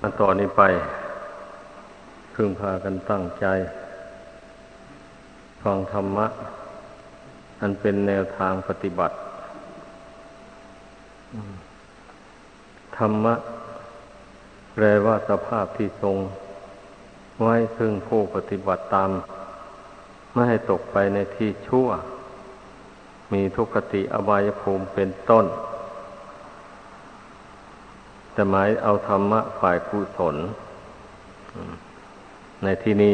ต่อนนี้ไปพึงพากันตั้งใจฟังธรรมะอันเป็นแนวทางปฏิบัติธรรมะแปลว่าสภาพที่ทรงไว้ซึ่งผู้ปฏิบัติตามไม่ให้ตกไปในที่ชั่วมีทุกขติอบายภูมิเป็นต้นแต่หมายเอาธรรมะฝ่ายกุศลในที่นี้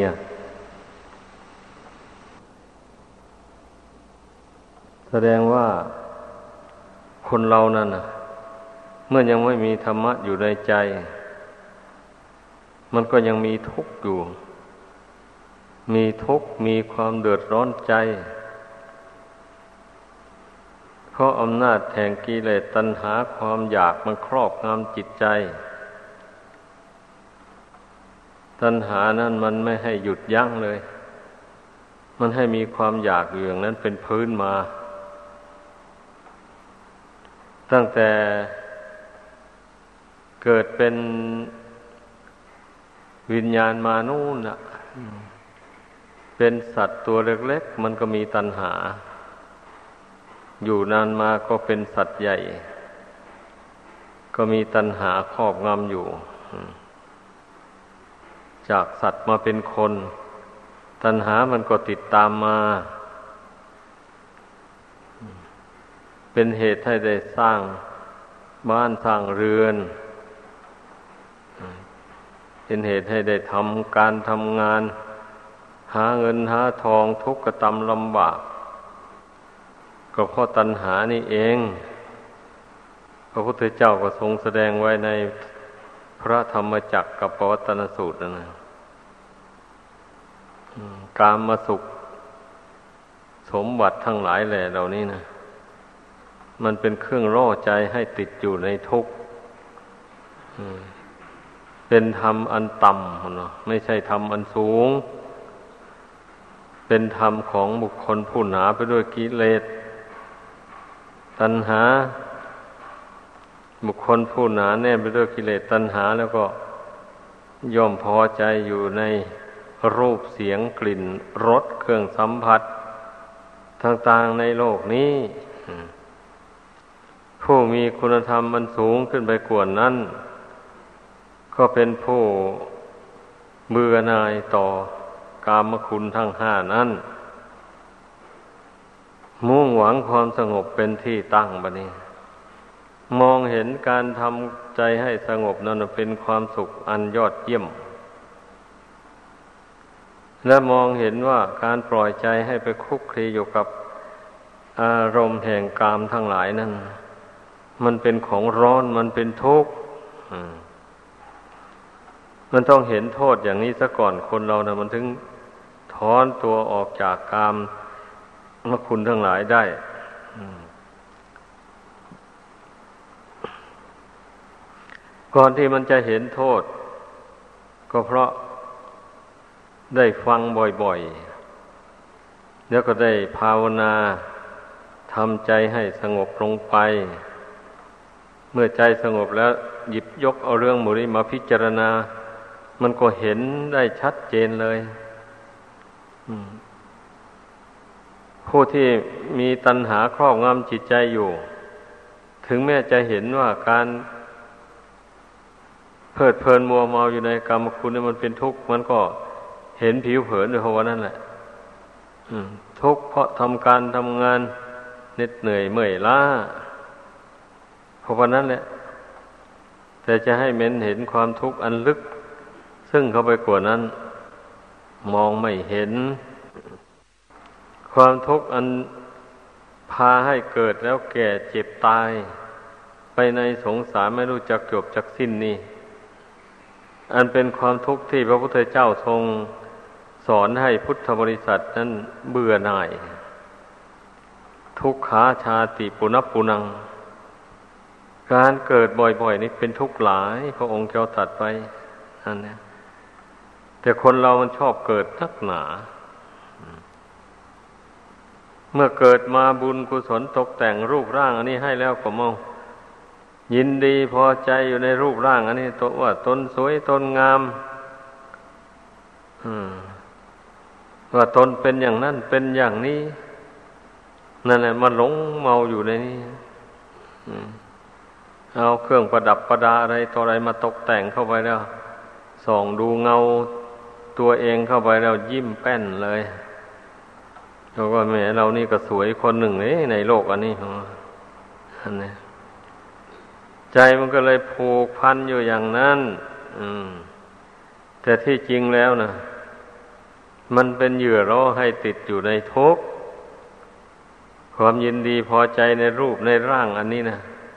แสดงว่าคนเรานั่นเมื่อยังไม่มีธรรมะอยู่ในใจมันก็ยังมีทุกข์อยู่มีทุกข์มีความเดือดร้อนใจเพราะอำนาจแห่งกิเลสตัณหาความอยากมันครอบงำจิตใจตัณหานั้นมันไม่ให้หยุดยั้งเลยมันให้มีความอยากอยู่อย่างนั้นเป็นพื้นมาตั้งแต่เกิดเป็นวิญญาณมานู่นน่ะเป็นสัตว์ตัวเล็กๆมันก็มีตัณหาอยู่นานมาก็เป็นสัตว์ใหญ่ก็มีตัณหาครอบงำอยู่จากสัตว์มาเป็นคนตัณหามันก็ติดตามมาเป็นเหตุให้ได้สร้างบ้านสร้างเรือนเป็นเหตุให้ได้ทำการทำงานหาเงินหาทองทุกข์กตำลำบากก็เพราะตัณหานี่เองพระพุทธเจ้าก็ทรงแสดงไว้ในพระธรรมจักรกับปวัตตนสูตรนะกามสุขสมบัติทั้งหลายแหล่เหล่านี้นะมันเป็นเครื่องล่อใจให้ติดอยู่ในทุกข์เป็นธรรมอันต่ำไม่ใช่ธรรมอันสูงเป็นธรรมของบุคคลผู้หนาไปด้วยกิเลสตัณหาบุคคลผู้หนาแน่นไปด้วยกิเลสตัณหาแล้วก็ย่อมพอใจอยู่ในรูปเสียงกลิ่นรสเครื่องสัมผัสต่างๆในโลกนี้ผู้มีคุณธรรมมันสูงขึ้นไปกว่านั้นก็เป็นผู้เบื่อหน่ายต่อกามคุณทั้งห้านั้นมุ่งหวังความสงบเป็นที่ตั้งบัดนี้มองเห็นการทำใจให้สงบนั้นเป็นความสุขอันยอดเยี่ยมและมองเห็นว่าการปล่อยใจให้ไปคลุกคลีอยู่กับอารมณ์แห่งกามทั้งหลายนั้นมันเป็นของร้อนมันเป็นทุกข์มันต้องเห็นโทษอย่างนี้ซะก่อนคนเรานะมันถึงถอนตัวออกจากกามคุณทั้งหลายได้ก่อนที่มันจะเห็นโทษก็เพราะได้ฟังบ่อยๆแล้วก็ได้ภาวนาทำใจให้สงบลงไปเมื่อใจสงบแล้วหยิบยกเอาเรื่องหมู่นี้มาพิจารณามันก็เห็นได้ชัดเจนเลยผู้ที่มีตัณหาครอบงำจิตใจอยู่ถึงแม้จะเห็นว่าการเพลิดเพลินมัวเมาอยู่ในกรรมคุณนี่มันเป็นทุกข์มันก็เห็นผิวเผินด้วยเพราะว่านั่นแหละทุกข์เพราะทำการทำงานเหน็ดเหนื่อยเมื่อยล้าเพราะว่านั้นแหละแต่จะให้เห็นความทุกข์อันลึกซึ่งเข้าไปกว่านั้นมองไม่เห็นความทุกข์อันพาให้เกิดแล้วแก่เจ็บตายไปในสงสารไม่รู้จักจบจักสิ้นนี่อันเป็นความทุกข์ที่พระพุทธเจ้าทรงสอนให้พุทธบริษัทนั้นเบื่อหน่ายทุกขาชาติปุณปุนังการเกิดบ่อยๆนี่เป็นทุกข์หลายพระองค์เจ้าตรัสไปอันนี้แต่คนเรามันชอบเกิดนักหนาเมื่อเกิดมาบุญกุศลตกแต่งรูปร่างอันนี้ให้แล้วก็มองยินดีพอใจอยู่ในรูปร่างอันนี้ตัวว่าตนสวยตนงามว่าตนเป็นอย่างนั้นเป็นอย่างนี้นั่นแหละมันหลงเมาอยู่ในนี้เอาเครื่องประดับประดาอะไรต่ออะไรมาตกแต่งเข้าไปแล้วส่องดูเงาตัวเองเข้าไปแล้วยิ้มแป้นเลยเราก็แหมเรานี่ก็สวยคนหนึ่งเลยในโลกอันนี้อันนี้ใจมันก็เลยผูกพันอยู่อย่างนั้นแต่ที่จริงแล้วนะมันเป็นเหยื่อล่อให้ติดอยู่ในทุกข์ความยินดีพอใจในรูปในร่างอันนี้นะ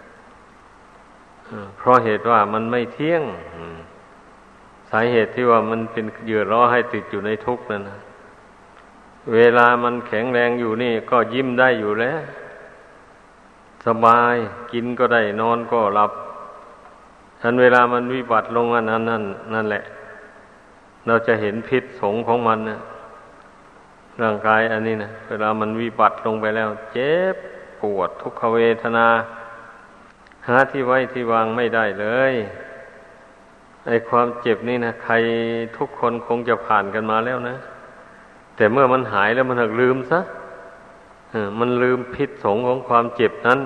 เพราะเหตุว่ามันไม่เที่ยงสาเหตุที่ว่ามันเป็นเหยื่อล่อให้ติดอยู่ในทุกข์นั่นนะเวลามันแข็งแรงอยู่นี่ก็ยิ้มได้อยู่แล้วสบายกินก็ได้นอนก็หลับทันเวลามันวิบัติลงนั่นแหละเราจะเห็นพิษสงของมันนะร่างกายอันนี้นะเวลามันวิบัติลงไปแล้วเจ็บปวดทุกขเวทนาหาที่ไว้ที่วางไม่ได้เลยไอ้ความเจ็บนี่นะใครทุกคนคงจะผ่านกันมาแล้วนะแต่เมื่อมันหายแล้วมันหักลืมซะมันลืมพิษสงของความเจ็บนั้น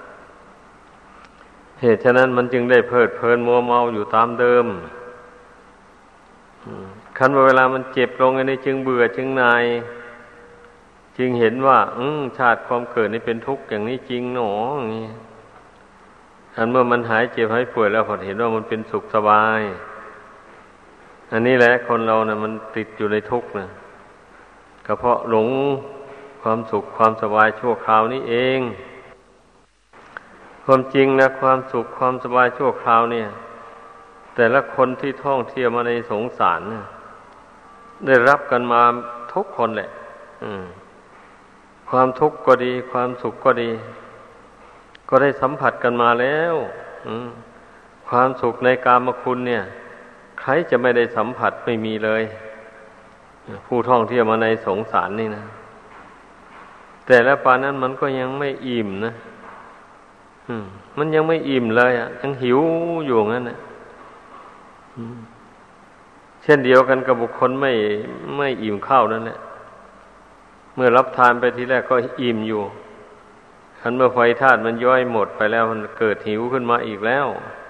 เหตุฉะนั้นมันจึงได้เพลิดเพลินมัวเมาอยู่ตามเดิมคันว่าเวลามันเจ็บลงอันนี้จึงเบื่อจึงนายจึงเห็นว่าชาติความเกิดนี่เป็นทุกข์อย่างนี้จริงหนออย่างนี้คันเมื่อมันหายเจ็บหายป่วยแล้วพอเห็นว่ามันเป็นสุขสบายอันนี้แหละคนเรานะมันติดอยู่ในทุกข์นะก็เพราะหลงความสุขความสบายชั่วคราวนี้เองความจริงนะความสุขความสบายชั่วคราวเนี่ยแต่ละคนที่ท่องเที่ยวมาในสงสารนะได้รับกันมาทุกคนแหละความทุกข์ก็ดีความสุขก็ดีก็ได้สัมผัสกันมาแล้วความสุขในกามคุณเนี่ยใครจะไม่ได้สัมผัสไม่มีเลยผู้ท่องเที่ยวมาในสงสารนี่นะแต่ละปานนั้นมันก็ยังไม่อิ่มนะมันยังไม่อิ่มเลยยังหิวอยู่งั้นนะเช่นเดียวกันกับบุคคลไม่อิ่มข้าวนั่นแหละเมื่อรับทานไปทีแรกก็อิ่มอยู่คันเมื่อไฟธาตุมันย่อยหมดไปแล้วมันเกิดหิวขึ้นมาอีกแล้ว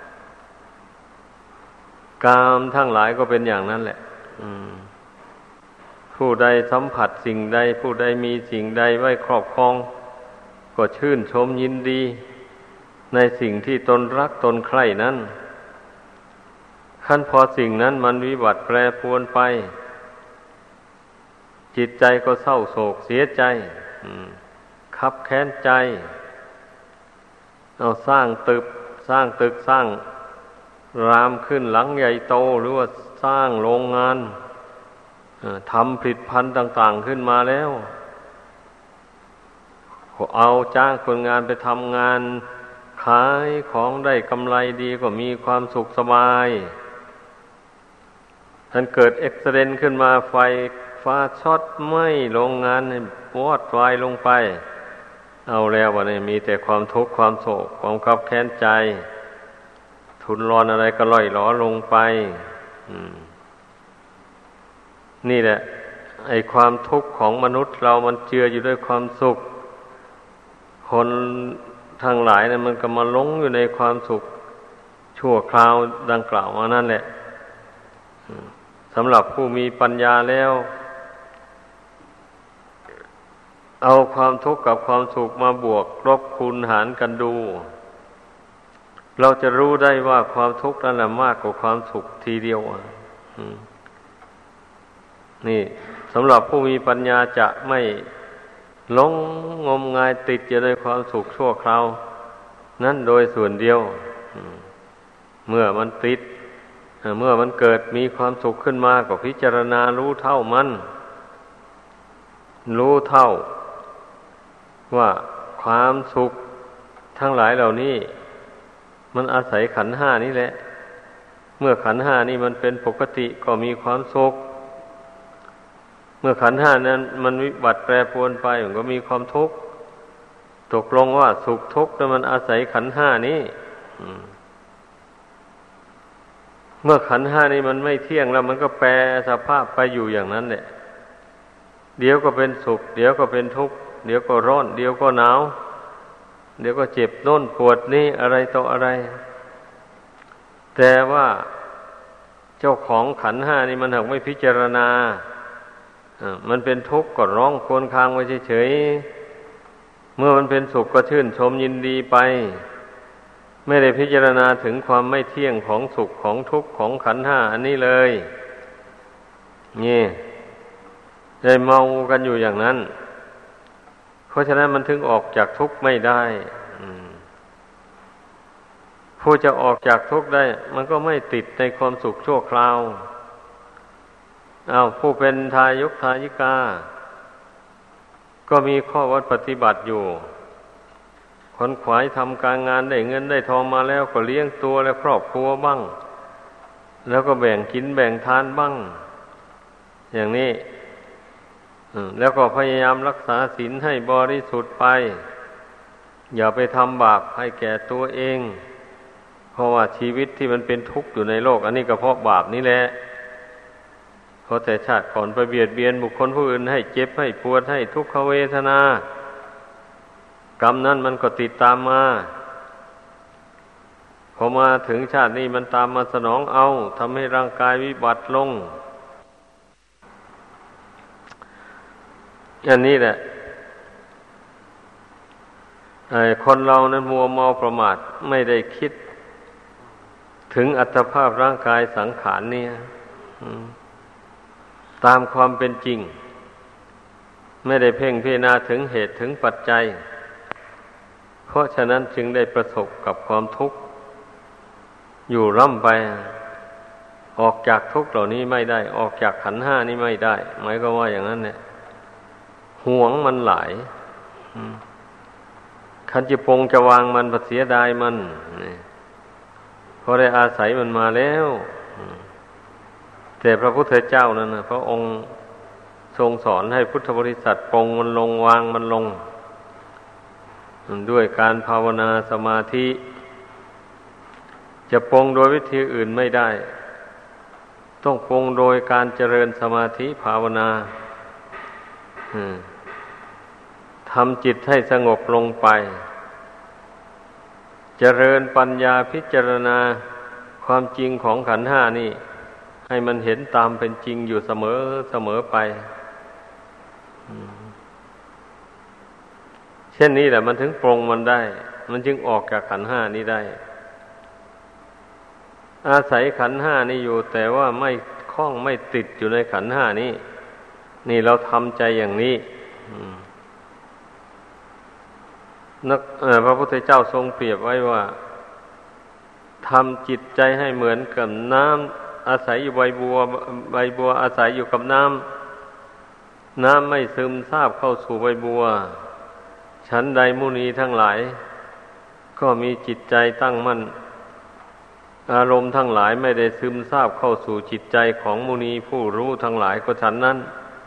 กามทั้งหลายก็เป็นอย่างนั้นแหละผู้ใดสัมผัสสิ่งใดผู้ใดมีสิ่งใดไว้ครอบครองก็ชื่นชมยินดีในสิ่งที่ตนรักตนใคร่นั้นขั้นพอสิ่งนั้นมันวิบัติแปรปรวนไปจิตใจก็เศร้าโศกเสียใจคับแค้นใจเอาสร้างตึกสร้างรามขึ้นหลังใหญ่โตหรือว่าสร้างโรงงานทำผลิตภัณฑ์ต่างๆขึ้นมาแล้วเอาจ้างคนงานไปทำงานขายของได้กำไรดีก็มีความสุขสบายท่านเกิดเอ็กซิเดนต์ขึ้นมาไฟฟ้าช็อตไหม้โรงงานวอดวายลงไปเอาแล้ววันนี้มีแต่ความทุกข์ความโศกความคับแค้นใจทุนรอนอะไรก็ล่อยหลอลงไปนี่แหละไอ้ความทุกข์ของมนุษย์เรามันเจืออยู่ด้วยความสุขคนทั้งหลายเนี่ยมันก็มาหลงอยู่ในความสุขชั่วคราวดังกล่าวมานั่นแหละสำหรับผู้มีปัญญาแล้วเอาความทุกข์กับความสุขมาบวกลบคูณหารกันดูเราจะรู้ได้ว่าความทุกข์นั่นแหละมากกว่าความสุขทีเดียวนี่สำหรับผู้มีปัญญาจะไม่หลงงมงายติดอยู่ในความสุขชั่วคราวนั้นโดยส่วนเดียวเมื่อมันติดเมื่อมันเกิดมีความสุขขึ้นมาก็พิจารณารู้เท่ามันรู้เท่าว่าความสุขทั้งหลายเหล่านี้มันอาศัยขันธ์ห้านี่แหละเมื่อขันธ์ห้านี่มันเป็นปกติก็มีความสุขเมื่อขันธ์ห้านั้นมันวิบัติแปรปรวนไปมันก็มีความทุกข์ตกลงว่าสุขทุกข์นั้นมันอาศัยขันธ์ห้านี้เมื่อขันธ์ห้านี้มันไม่เที่ยงแล้วมันก็แปรสภาพไปอยู่อย่างนั้นแหละเดี๋ยวก็เป็นสุขเดี๋ยวก็เป็นทุกข์เดี๋ยวก็ร้อนเดี๋ยวก็หนาวเดี๋ยวก็เจ็บโน่นปวดนี่อะไรต่ออะไรแต่ว่าเจ้าของขันธ์ห้านี่มันหากไม่พิจารณามันเป็นทุกข์ก็ร้องครวญครางไว้เฉยๆเมื่อมันเป็นสุขก็ชื่นชมยินดีไปไม่ได้พิจารณาถึงความไม่เที่ยงของสุขของทุกข์ของขันธ์ห้าอันนี้เลยนี่ได้เมากันอยู่อย่างนั้นเพราะฉะนั้นมันถึงออกจากทุกข์ไม่ได้ผู้จะออกจากทุกข์ได้มันก็ไม่ติดในความสุขชั่วคราวผู้เป็นทายกทายิกาก็มีข้อวัดปฏิบัติอยู่ขนขวายทำการงานได้เงินได้ทองมาแล้วก็เลี้ยงตัวและครอบครัวบ้างแล้วก็แบ่งกินแบ่งทานบ้างอย่างนี้แล้วก็พยายามรักษาศีลให้บริสุทธิ์ไปอย่าไปทำบาปให้แก่ตัวเองเพราะว่าชีวิตที่มันเป็นทุกข์อยู่ในโลกอันนี้ก็เพราะบาปนี่แหละเพราะแต่ชาติก่อนไปเบียดเบียนบุคคลผู้อื่นให้เจ็บให้ปวดให้ทุกขเวทนากรรมนั้นมันก็ติดตามมาพอมาถึงชาตินี้มันตามมาสนองเอาทำให้ร่างกายวิบัติลงอันนี้แหละคนเรานั้นมัวเมาประมาทไม่ได้คิดถึงอัตภาพร่างกายสังขารเนี่ยตามความเป็นจริงไม่ได้เพ่งพิจารณาถึงเหตุถึงปัจจัยเพราะฉะนั้นจึงได้ประสบกับความทุกข์อยู่ร่ำไปออกจากทุกข์เหล่านี้ไม่ได้ออกจากขันธ์ห้านี้ไม่ได้หมายก็ว่าอย่างนั้นเนี่ยห่วงมันหลายคันจะปงจะวางมันเสียดายมันเพราะได้อาศัยมันมาแล้วแต่พระพุทธเจ้านั้นนะพระองค์ทรงสอนให้พุทธบริษัทปงมันลงวางมันลงด้วยการภาวนาสมาธิจะปงโดยวิธีอื่นไม่ได้ต้องปงโดยการเจริญสมาธิภาวนาทำจิตให้สงบลงไปเจริญปัญญาพิจารณาความจริงของขันธ์ห้านี่ให้มันเห็นตามเป็นจริงอยู่เสมอไปเช่นนี้แหละมันถึงปรงมันได้มันจึงออกจากขันธ์ห้านี้ได้อาศัยขันธ์ห้านี้อยู่แต่ว่าไม่คล้องไม่ติดอยู่ในขันธ์ห้านี้นี่เราทำใจอย่างนี้พระพุทธเจ้าทรงเปรียบไว้ว่าทำจิตใจให้เหมือนกับน้ำอาศัยอยู่ใบบัวอาศัยอยู่กับน้ำไม่ซึมซาบเข้าสู่ใบบัวฉันใดมุนีทั้งหลายก็มีจิตใจตั้งมั่นอารมณ์ทั้งหลายไม่ได้ซึมซาบเข้าสู่จิตใจของมุนีผู้รู้ทั้งหลายก็ฉันนั้น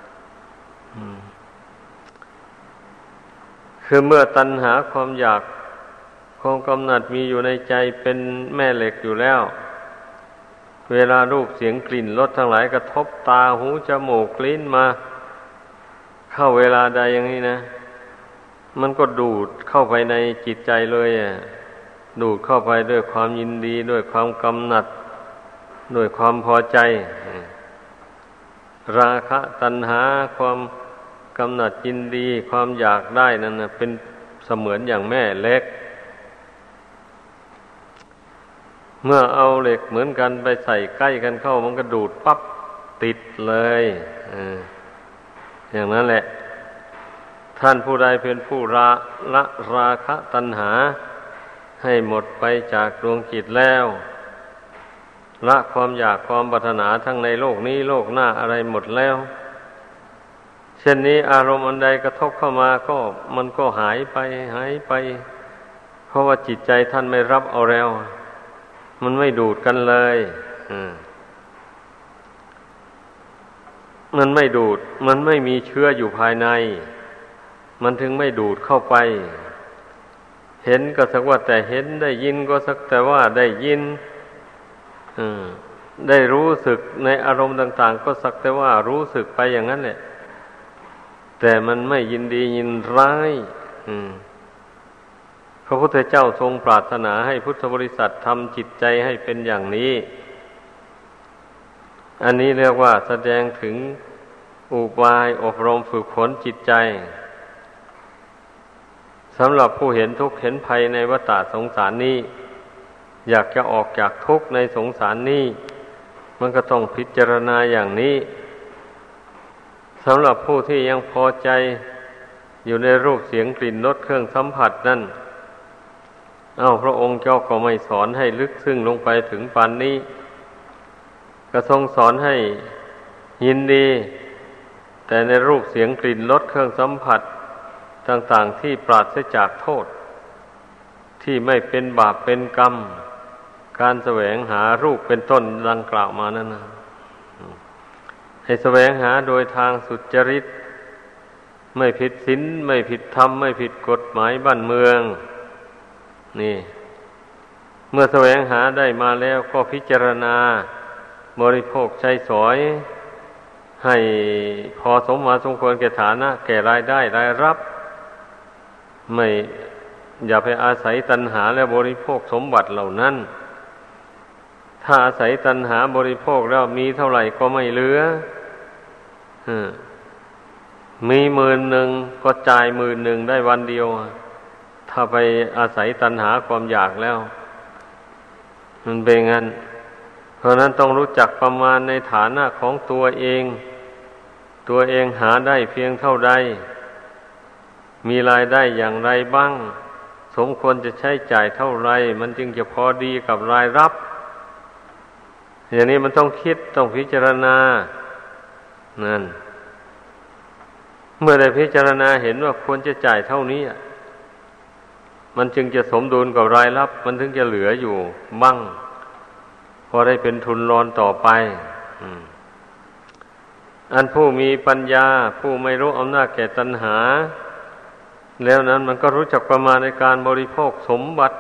คือเมื่อตัณหาความอยากความกำหนัดมีอยู่ในใจเป็นแม่เหล็กอยู่แล้วเวลารูปเสียงกลิ่นรสทั้งหลายกระทบตาหูจมูกลิ้นมาเข้าเวลาใดอย่างนี้นะมันก็ดูดเข้าไปในจิตใจเลยดูดเข้าไปด้วยความยินดีด้วยความกำหนัดด้วยความพอใจราคะตัณหาความกำหนัดยินดีความอยากได้นั่นนะเป็นเสมือนอย่างแม่เหล็กเมื่อเอาเหล็กเหมือนกันไปใส่ใกล้กันเข้ามันก็ดูดปั๊บติดเลยอย่างนั้นแหละท่านผู้ใดเป็นผู้ละราคะตัณหาให้หมดไปจากดวงจิตแล้วละความอยากความปรารถนาทั้งในโลกนี้โลกหน้าอะไรหมดแล้วเช่นนี้อารมณ์อันใดกระทบเข้ามาก็มันก็หายไปเพราะว่าจิตใจท่านไม่รับเอาแล้วมันไม่ดูดกันเลยมันไม่ดูดมันไม่มีเชื้ออยู่ภายในมันถึงไม่ดูดเข้าไปเห็นก็สักว่าแต่เห็นได้ยินก็สักแต่ว่าได้ยินได้รู้สึกในอารมณ์ต่างๆก็สักแต่ว่ารู้สึกไปอย่างนั้นแหละแต่มันไม่ยินดียินร้ายพระพุทธเจ้าทรงปรารถนาให้พุทธบริษัททำจิตใจให้เป็นอย่างนี้อันนี้เรียกว่าแสดงถึงอุบายอบรมฝึกฝนจิตใจสำหรับผู้เห็นทุกข์เห็นภัยในวัฏสงสารนี้อยากจะออกจากทุกข์ในสงสารนี้มันก็ต้องพิจารณาอย่างนี้สำหรับผู้ที่ยังพอใจอยู่ในรูปเสียงกลิ่นรสเครื่องสัมผัสนั่นพระองค์เจ้าก็ไม่สอนให้ลึกซึ้งลงไปถึงปานนี้ก็ทรงสอนให้ยินดีแต่ในรูปเสียงกลิ่นรสเครื่องสัมผัสต่างๆที่ปราศจากโทษที่ไม่เป็นบาปเป็นกรรมการแสวงหารูปเป็นต้นดังกล่าวมานั่นนะให้แสวงหาโดยทางสุจริตไม่ผิดศีลไม่ผิดธรรมไม่ผิดกฎหมายบ้านเมืองนี่เมื่อแสวงหาได้มาแล้วก็พิจารณาบริโภคใช้สอยให้พอสมมาสมควรแก่ฐานะแก่รายได้รายรับไม่อย่าไปอาศัยตัณหาและบริโภคสมบัติเหล่านั้นถ้าอาศัยตัณหาบริโภคแล้วมีเท่าไหร่ก็ไม่เหลือมี10,000ก็จ่าย10,000ได้วันเดียวถ้าไปอาศัยตัณหาความอยากแล้วมันเป็นงั้นเพราะนั้นต้องรู้จักประมาณในฐานะของตัวเองหาได้เพียงเท่าใดมีรายได้อย่างไรบ้างสมควรจะใช้จ่ายเท่าไรมันจึงจะพอดีกับรายรับอย่างนี้มันต้องคิดต้องพิจารณานั่นเมื่อได้พิจารณาเห็นว่าควรจะจ่ายเท่านี้มันจึงจะสมดุลกับรายรับมันถึงจะเหลืออยู่บ้างพอได้เป็นทุนรอนต่อไปอันผู้มีปัญญาผู้ไม่รู้อำนาจแก่ตัณหาแล้วนั้นมันก็รู้จักประมาณในการบริโภคสมบัติ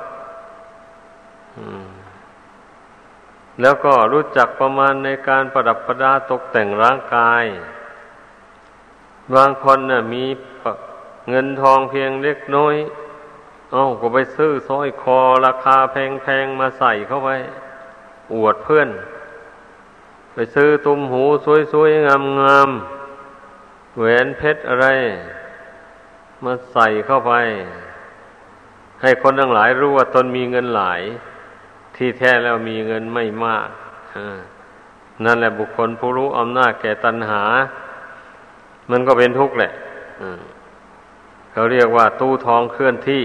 แล้วก็รู้จักประมาณในการประดับประดาตกแต่งร่างกายบางคนน่ะมีเงินทองเพียงเล็กน้อยก็ไปซื้อสร้อยคอราคาแพงๆมาใส่เข้าไปอวดเพื่อนไปซื้อตุ้มหูสวยๆงามๆแหวนเพชรอะไรมาใส่เข้าไปให้คนทั้งหลายรู้ว่าตนมีเงินหลายที่แท้แล้วมีเงินไม่มากนั่นแหละบุคคลผู้รู้อำนาจแก่ตัณหามันก็เป็นทุกข์แหละเขาเรียกว่าตู้ทองเคลื่อนที่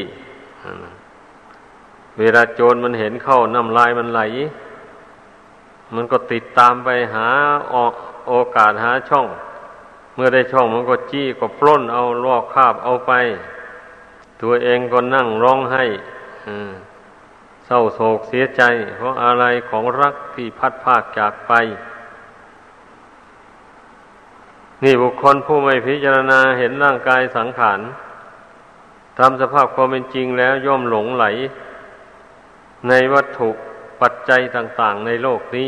เวลาโจรมันเห็นเข้าน้ำลายมันไหลมันก็ติดตามไปหาโอกาสหาช่องเมื่อได้ช่องมันก็จี้ก็ปล้นเอาลอกคาบเอาไปตัวเองก็นั่งร้องไห้เศร้าโศกเสียใจเพราะอะไรของรักที่พัดพรากจากไปนี่บุคคลผู้ไม่พิจารณาเห็นร่างกายสังขารตามสภาพความเป็นจริงแล้วย่อมหลงไหลในวัตถุปัจจัยต่างๆในโลกนี้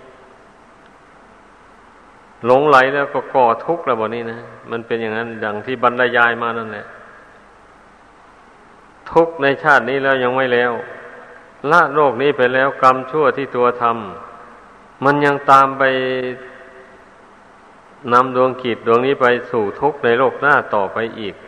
หลงไหลแล้วก็ก่อทุกข์แล้วบ่นี้นะมันเป็นอย่างนั้นดังที่บรรยายมานั่นแหละทุกข์ในชาตินี้แล้วยังไม่แล้วละโลกนี้ไปแล้วกรรมชั่วที่ตัวทำมันยังตามไปนำดวงจิตดวงนี้ไปสู่ทุกข์ในโลกหน้าต่อไปอีก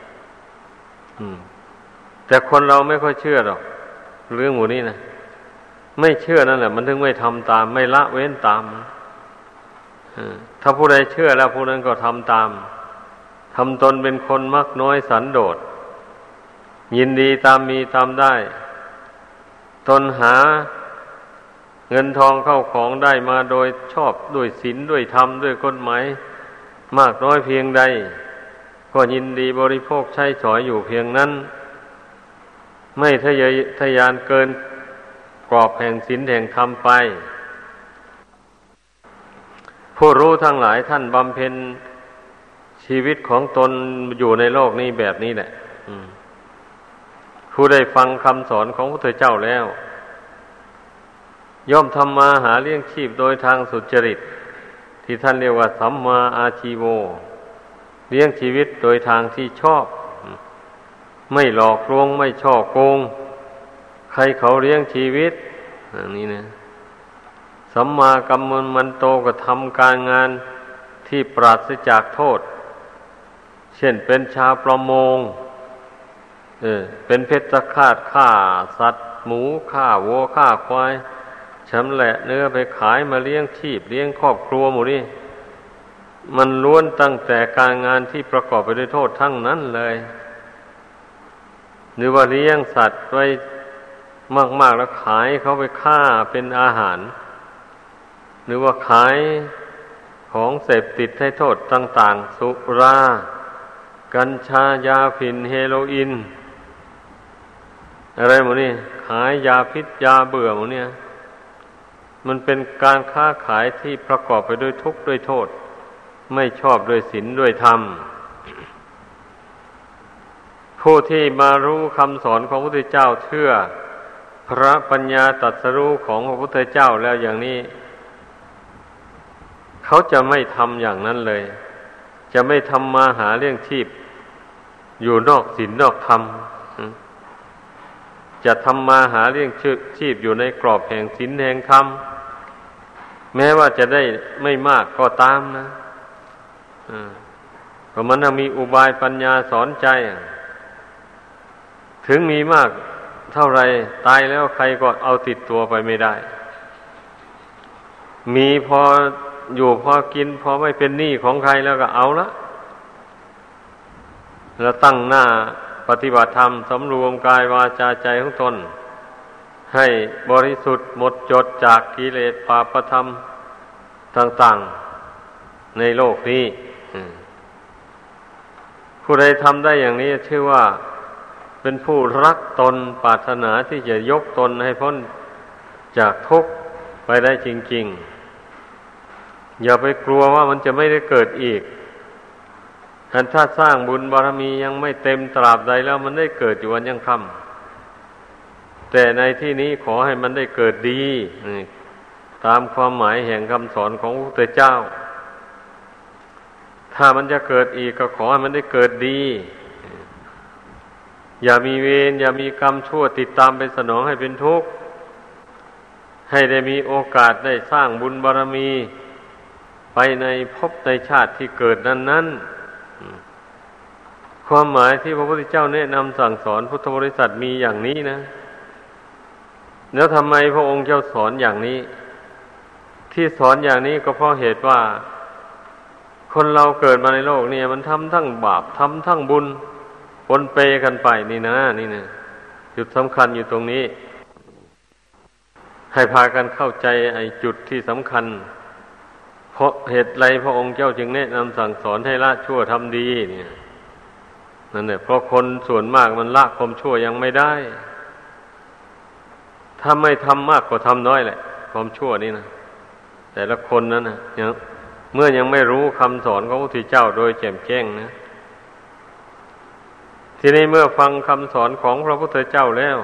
แต่คนเราไม่ค่อยเชื่อหรอกเรื่องหมู่นี้นะไม่เชื่อนั่นแหละมันถึงไม่ทำตามไม่ละเว้นตามถ้าผู้ใดเชื่อแล้วผู้นั้นก็ทำตามทำตนเป็นคนมักน้อยสันโดษยินดีตามมีตามได้ตนหาเงินทองเข้าของได้มาโดยชอบด้วยศีลด้วยธรรมด้วยกฎหมายมากน้อยเพียงใดก็ยินดีบริโภคใช้สอยอยู่เพียงนั้นไม่ทะยานเกินกรอบแห่งศีลแห่งธรรมไปผู้รู้ทั้งหลายท่านบำเพ็ญชีวิตของตนอยู่ในโลกนี้แบบนี้แหละคผู้ได้ฟังคำสอนของพระพุทธเจ้าแล้วย่อมทำมาหาเลี้ยงชีพโดยทางสุจริตที่ท่านเรียกว่าสัมมาอาชีโวเลี้ยงชีวิตโดยทางที่ชอบไม่หลอกลวงไม่ช่อโกงใครเขาเลี้ยงชีวิตอย่างนี้นะสัมมากัมมันโตก็ทำการงานที่ปราศจากโทษเช่นเป็นชาวประมงเป็นเพชฌฆาตฆ่าสัตว์หมูฆ่าวัวฆ่าควายชำแหละเนื้อไปขายมาเลี้ยงชีพเลี้ยงครอบครัวหมู่นี้มันล้วนตั้งแต่การงานที่ประกอบไปด้วยโทษทั้งนั้นเลยหรือว่าเลี้ยงสัตว์ไว้มากๆแล้วขายเขาไปฆ่าเป็นอาหารหรือว่าขายของเสพติดให้โทษต่างๆสุรากัญชายาฝิ่นเฮโรอีนอะไรหมดนี่ขายยาพิษยาเบื่อหมดเนี่ยมันเป็นการค้าขายที่ประกอบไปด้วยทุกข์ด้วยโทษไม่ชอบด้วยศีลด้วยธรรมผู้ที่มารู้คำสอนของพระพุทธเจ้าเชื่อพระปัญญาตรัสรู้ของพระพุทธเจ้าแล้วอย่างนี้เขาจะไม่ทำอย่างนั้นเลยจะไม่ทำมาหาเลี้ยงชีพอยู่นอกศีลนอกธรรมจะทำมาหาเลี้ยงชีพอยู่ในกรอบแห่งศีลแห่งธรรมแม้ว่าจะได้ไม่มากก็ตามนะเพราะมันมีอุบายปัญญาสอนใจถึงมีมากเท่าไรตายแล้วใครก็เอาติดตัวไปไม่ได้มีพออยู่พอกินพอไม่เป็นหนี้ของใครแล้วก็เอาละแล้วตั้งหน้าปฏิบัติธรรมสำรวมกายวาจาใจของตนให้บริสุทธิ์หมดจดจากกิเลสปาปธรรมต่างๆในโลกนี้ผู้ใดทำได้อย่างนี้ชื่อว่าเป็นผู้รักตนปรารถนาที่จะยกตนให้พ้นจากทุกข์ไปได้จริงๆอย่าไปกลัวว่ามันจะไม่ได้เกิดอีกถ้าสร้างบุญบารมียังไม่เต็มตราบใดแล้วมันได้เกิดอยู่วันยังค่ำแต่ในที่นี้ขอให้มันได้เกิดดีตามความหมายแห่งคำสอนของพระพุทธเจ้าถ้ามันจะเกิดอีกก็ขอให้มันได้เกิดดีอย่ามีเวรอย่ามีกรรมชั่วติดตามไปสนองให้เป็นทุกข์ให้ได้มีโอกาสได้สร้างบุญบารมีไปในภพในชาติที่เกิดนั้นๆความหมายที่พระพุทธเจ้าแนะนำสั่งสอนพุทธบริษัทมีอย่างนี้นะแล้วทำไมพระองค์เจ้าสอนอย่างนี้ที่สอนอย่างนี้ก็เพราะเหตุว่าคนเราเกิดมาในโลกเนี่ยมันทำทั้งบาปทำทั้งบุญปนเปกันไปนี่นะจุดสำคัญอยู่ตรงนี้ให้พากันเข้าใจไอ้จุดที่สำคัญเพราะเหตุไรพระองค์เจ้าจึงแนะนำสั่งสอนให้ละชั่วทำดีเนี่ยนั่นแหละเพราะคนส่วนมากมันละความชั่วยังไม่ได้ถ้าไม่ทำมากก็ทำน้อยแหละความชั่วนี่นะแต่ละคนนั้นนะเมื่อยังไม่รู้คำสอนของพระพุทธเจ้าโดยแจ่มแจ้งนะทีนี้เมื่อฟังคำสอนของพระพุทธเจ้าแล้ว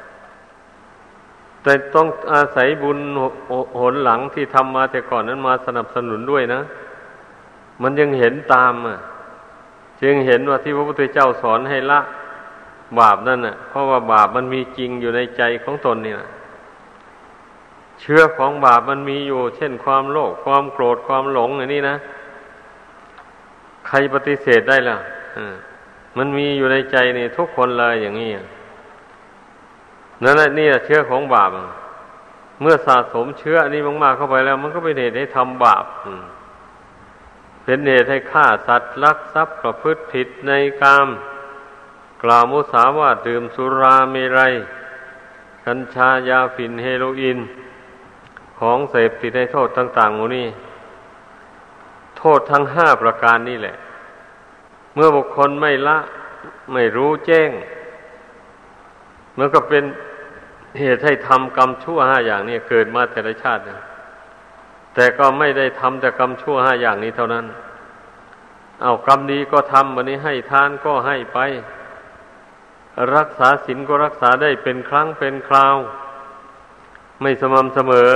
แต่ต้องอาศัยบุญหนหลังที่ทำมาแต่ก่อนนั้นมาสนับสนุนด้วยนะมันยังเห็นตามจึงเห็นว่าที่พระพุทธเจ้าสอนให้ละบาปนั่นน่ะเพราะว่าบาปมันมีจริงอยู่ในใจของตนนี่นะเชื้อของบาปมันมีอยู่เช่นความโลภความโกรธความหลงอย่างนี้นะใครปฏิเสธได้ล่ะมันมีอยู่ในใจนี่ทุกคนเลยอย่างนี้นั่นแหละนี่เชื้อของบาปเมื่อสะสมเชื้อนี้มากๆเข้าไปแล้วมันก็เป็นเหตุให้ทำบาปเป็นเหตุให้ฆ่าสัตว์ลักทรัพย์ประพฤติผิดในกามกล่าวมุสาวาทดื่มสุราเมรัยกัญชายาฝิ่นเฮโรอีนของเสพติดในโทษต่างๆหมดนี้โทษทั้ง5ประการนี่แหละเมื่อบุคคลไม่ละไม่รู้แจ้งมันก็เป็นเหตุให้ทำกรรมชั่ว5อย่างนี้เกิดมาแต่ละชาติแต่ก็ไม่ได้ทำแต่กรรมชั่ว5อย่างนี้เท่านั้นเอากรรมดีก็ทำวันนี้ให้ทานก็ให้ไปรักษาศีลก็รักษาได้เป็นครั้งเป็นคราวไม่สม่ำเสมอ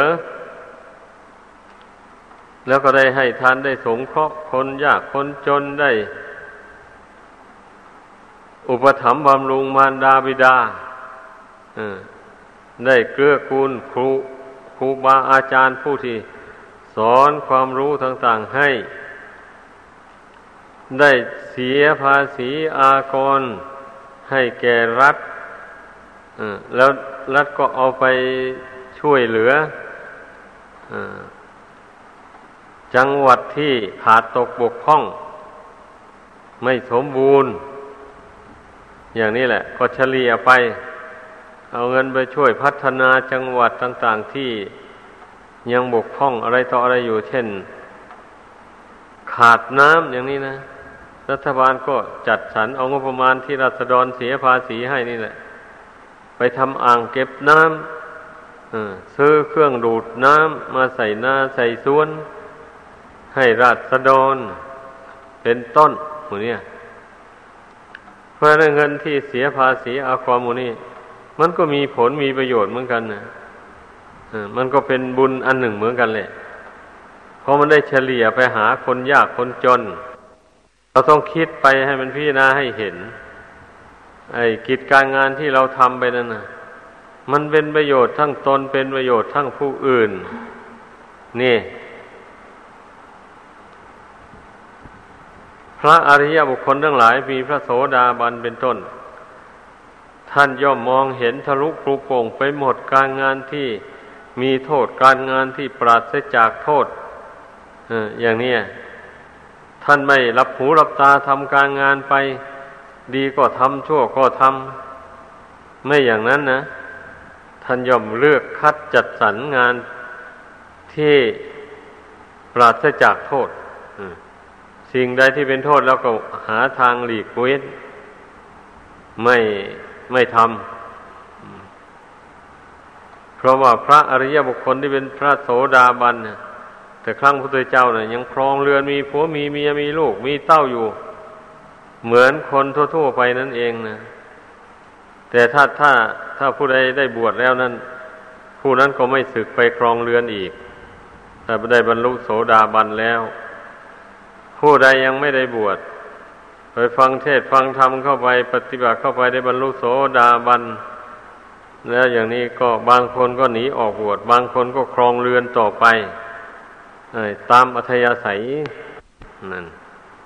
แล้วก็ได้ให้ทานได้สงเคราะห์คนยากคนจนได้อุปถัมภ์บำรุงมารดาบิดาได้เกื้อกูลครูบาอาจารย์ผู้ที่สอนความรู้ต่างๆให้ได้เสียภาษีอากรให้แก่รัฐแล้วรัฐก็เอาไปช่วยเหลือจังหวัดที่ขาดตกบกพร่องไม่สมบูรณ์อย่างนี้แหละก็เฉลี่ยไปเอาเงินไปช่วยพัฒนาจังหวัดต่างๆที่ยังบกพร่องอะไรต่ออะไรอยู่เช่นขาดน้ำอย่างนี้นะรัฐบาลก็จัดสรรเอางบประมาณที่ราษฎรเสียภาษีให้นี่แหละไปทำอ่างเก็บน้ำซื้อเครื่องดูดน้ำมาใส่นาใส่สวนให้ราษฎรเป็นต้นหมู่นี้เพราะเงินที่เสียภาษีอาความหมู่นี้มันก็มีผลมีประโยชน์เหมือนกันนะมันก็เป็นบุญอันหนึ่งเหมือนกันแหละเพราะมันได้เฉลี่ยไปหาคนยากคนจนเราต้องคิดไปให้มันพิจารณาให้เห็นไอ้กิจการงานที่เราทำไปนั่นนะมันเป็นประโยชน์ทั้งตนเป็นประโยชน์ทั้งผู้อื่นนี่พระอริยบุคคลทั้งหลายมีพระโสดาบันเป็นต้นท่านย่อมมองเห็นทะลุปลุกโปร่งไปหมดการงานที่มีโทษการงานที่ปราศจากโทษอย่างนี้ท่านไม่รับหูรับตาทำการงานไปดีก็ทำชั่วก็ทำไม่อย่างนั้นนะท่านย่อมเลือกคัดจัดสรรงานที่ปราศจากโทษสิ่งใดที่เป็นโทษแล้วก็หาทางหลีกเว้นไม่ทำเพราะว่าพระอริยบุคคลที่เป็นพระโสดาบันแต่ครั้งพระพุทธเจ้าเนี่ยยังครองเรือนมีผัวมีเมียมีลูกมีเต้าอยู่เหมือนคนทั่วๆไปนั่นเองนะแต่ถ้าผู้ใดได้บวชแล้วนั้นผู้นั้นก็ไม่สึกไปครองเรือนอีกแต่ได้บรรลุโสดาบันแล้วผู้ใดยังไม่ได้บวชไปฟังเทศน์ฟังธรรมเข้าไปปฏิบัติเข้าไปได้บรรลุโสดาบันแล้วอย่างนี้ก็บางคนก็หนีออกบวชบางคนก็ครองเรือนต่อไปตามอัธยาศัยนั่น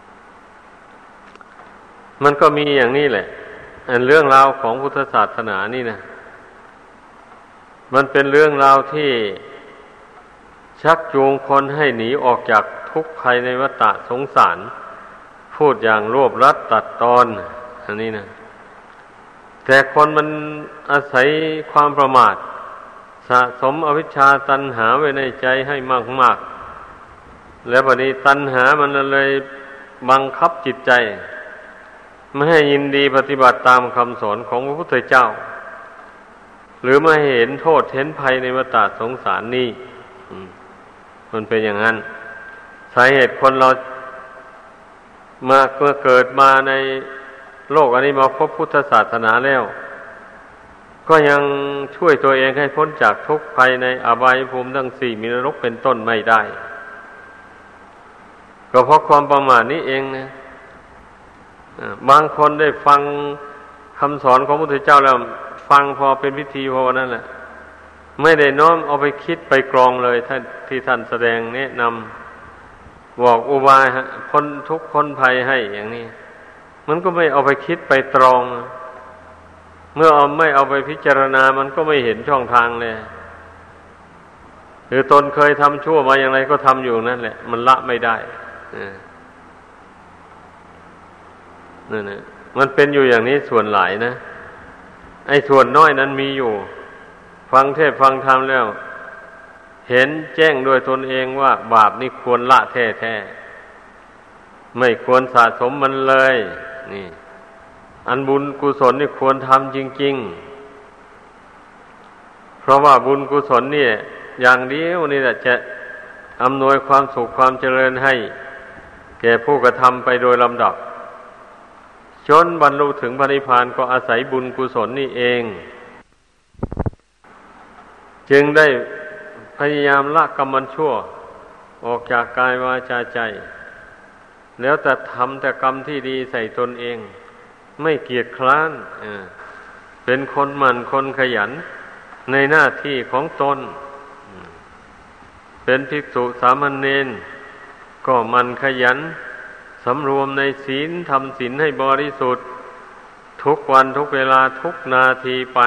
มันก็มีอย่างนี้แหละเรื่องราวของพุทธศาสนานี่นะมันเป็นเรื่องราวที่ชักจูงคนให้หนีออกจากทุกข์ภัยในวัฏสงสารพูดอย่างรวบรัดตัดตอนอันนี้นะแต่คนมันอาศัยความประมาทสะสมอวิชชาตัณหาไว้ในใจให้มากๆแล้วบัดนี้ตัณหามันเลยบังคับจิตใจไม่ให้ยินดีปฏิบัติตามคำสอนของพระพุทธเจ้าหรือไม่เห็นโทษเห็นภัยในวัฏสงสารนี้มันเป็นอย่างนั้นสาเหตุคนเราเมื่อเกิดมาในโลกอันนี้มาพบพุทธศาสนาแล้วก็ยังช่วยตัวเองให้พ้นจากทุกข์ภัยในอบายภูมิทั้งสี่มีนรกเป็นต้นไม่ได้ก็เพราะความประมาทนี้เองนะบางคนได้ฟังคำสอนของพระพุทธเจ้าแล้วฟังพอเป็นพิธีพอนั่นแหละไม่ได้น้อมเอาไปคิดไปกรองเลยท่านที่ท่านแสดงแนะนำบอกอุบายพ้นทุกข์พ้นภัยให้อย่างนี้มันก็ไม่เอาไปคิดไปตรองเมื่อไม่เอาไปพิจารณามันก็ไม่เห็นช่องทางเลยหรือตนเคยทำชั่วมาอย่างไรก็ทำอยู่นั่นแหละมันละไม่ได้นั่นแหละมันเป็นอยู่อย่างนี้ส่วนหลายนะไอ้ส่วนน้อยนั้นมีอยู่ฟังเทศน์ฟังธรรมแล้วเห็นแจ้งโดยตนเองว่าบาปนี่ควรละแท้ๆไม่ควรสะสมมันเลยนี่อันบุญกุศลนี่ควรทำจริงๆเพราะว่าบุญกุศลนี่อย่างเดียวนี่แหละจะอำนวยความสุขความเจริญให้แก่ผู้กระทำไปโดยลำดับจนบรรลุถึงพระนิพพานก็อาศัยบุญกุศลนี่เองจึงได้พยายามละกรรมชั่วออกจากกายวาจาใจแล้วแต่ทำแต่กรรมที่ดีใส่ตนเองไม่เกียจคร้านเป็นคนหมั่นคนขยันในหน้าที่ของตนเป็นภิกษุสามเณรก็หมั่นขยันสำรวมในศีลทำศีลให้บริสุทธิ์ทุกวันทุกเวลาทุกนาทีไป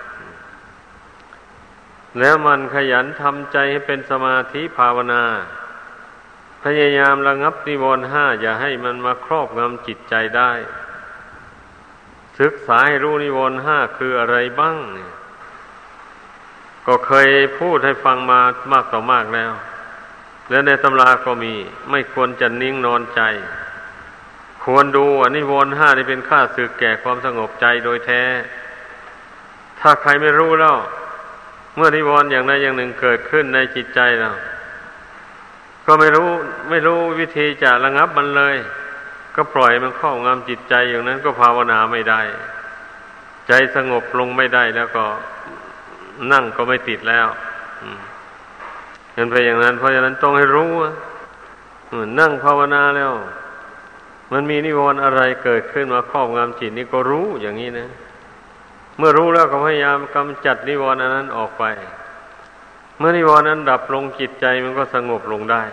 แล้วมันขยันทำใจให้เป็นสมาธิภาวนาพยายามระงับนิวรณ์ห้าอย่าให้มันมาครอบงำจิตใจได้ศึกษาให้รู้นิวรณ์ห้าคืออะไรบ้างก็เคยพูดให้ฟังมามากต่อมากแล้วและในตำราก็มีไม่ควรจะนิ่งนอนใจควรดูนิวรณ์ห้านี่เป็นข้าศึกแก่ความสงบใจโดยแท้ถ้าใครไม่รู้แล้วเมื่อนิวรณ์อย่างใดอย่างหนึ่งเกิดขึ้นในจิตใจเราก็ไม่รู้วิธีจะระงับมันเลยก็ปล่อยมันครอบงำจิตใจอย่างนั้นก็ภาวนาไม่ได้ใจสงบลงไม่ได้แล้วก็นั่งก็ไม่ติดแล้วเป็นไปอย่างนั้นเพราะฉะนั้นต้องให้รู้นั่งภาวนาแล้วมันมีนิวรณ์อะไรเกิดขึ้นมาครอบงำจิตนี่ก็รู้อย่างนี้นะเมื่อรู้แล้วก็พยายามกำจัดนิวรณ์อันนั้นออกไปเมื่อนิวรณ์นั้นดับลงจิตใจมันก็สงบลงได้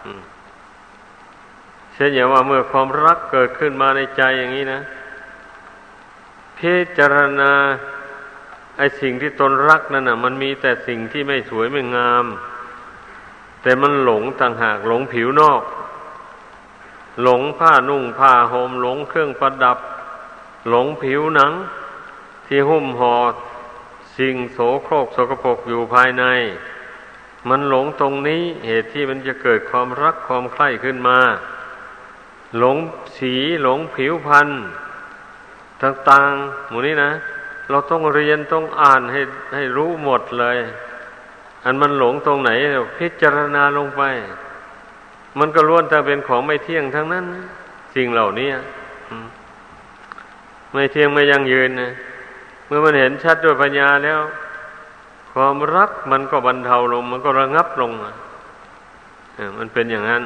เช่นอย่างว่าเมื่อความรักเกิดขึ้นมาในใจอย่างนี้นะพิจารณาไอ้สิ่งที่ตนรักนั่นน่ะมันมีแต่สิ่งที่ไม่สวยไม่งามแต่มันหลงต่างหากหลงผิวนอกหลงผ้านุ่งผ้าห่มหลงเครื่องประดับหลงผิวหนังที่หุ้มห่อสิ่งโสโครกสกปรกอยู่ภายในมันหลงตรงนี้เหตุที่มันจะเกิดความรักความใคร่ขึ้นมาหลงสีหลงผิวพรรณต่างๆหมู่นี้นะเราต้องเรียนต้องอ่านให้รู้หมดเลยอันมันหลงตรงไหนพิจารณาลงไปมันก็ล้วนแต่เป็นของไม่เที่ยงทั้งนั้นสิ่งเหล่านี้ไม่เที่ยงไม่ยั่งยืนนะเมื่อมันเห็นชัดด้วยปัญญาแล้วความรักมันก็บรรเทาลงมันก็ระงับลงมันเป็นอย่างนั้น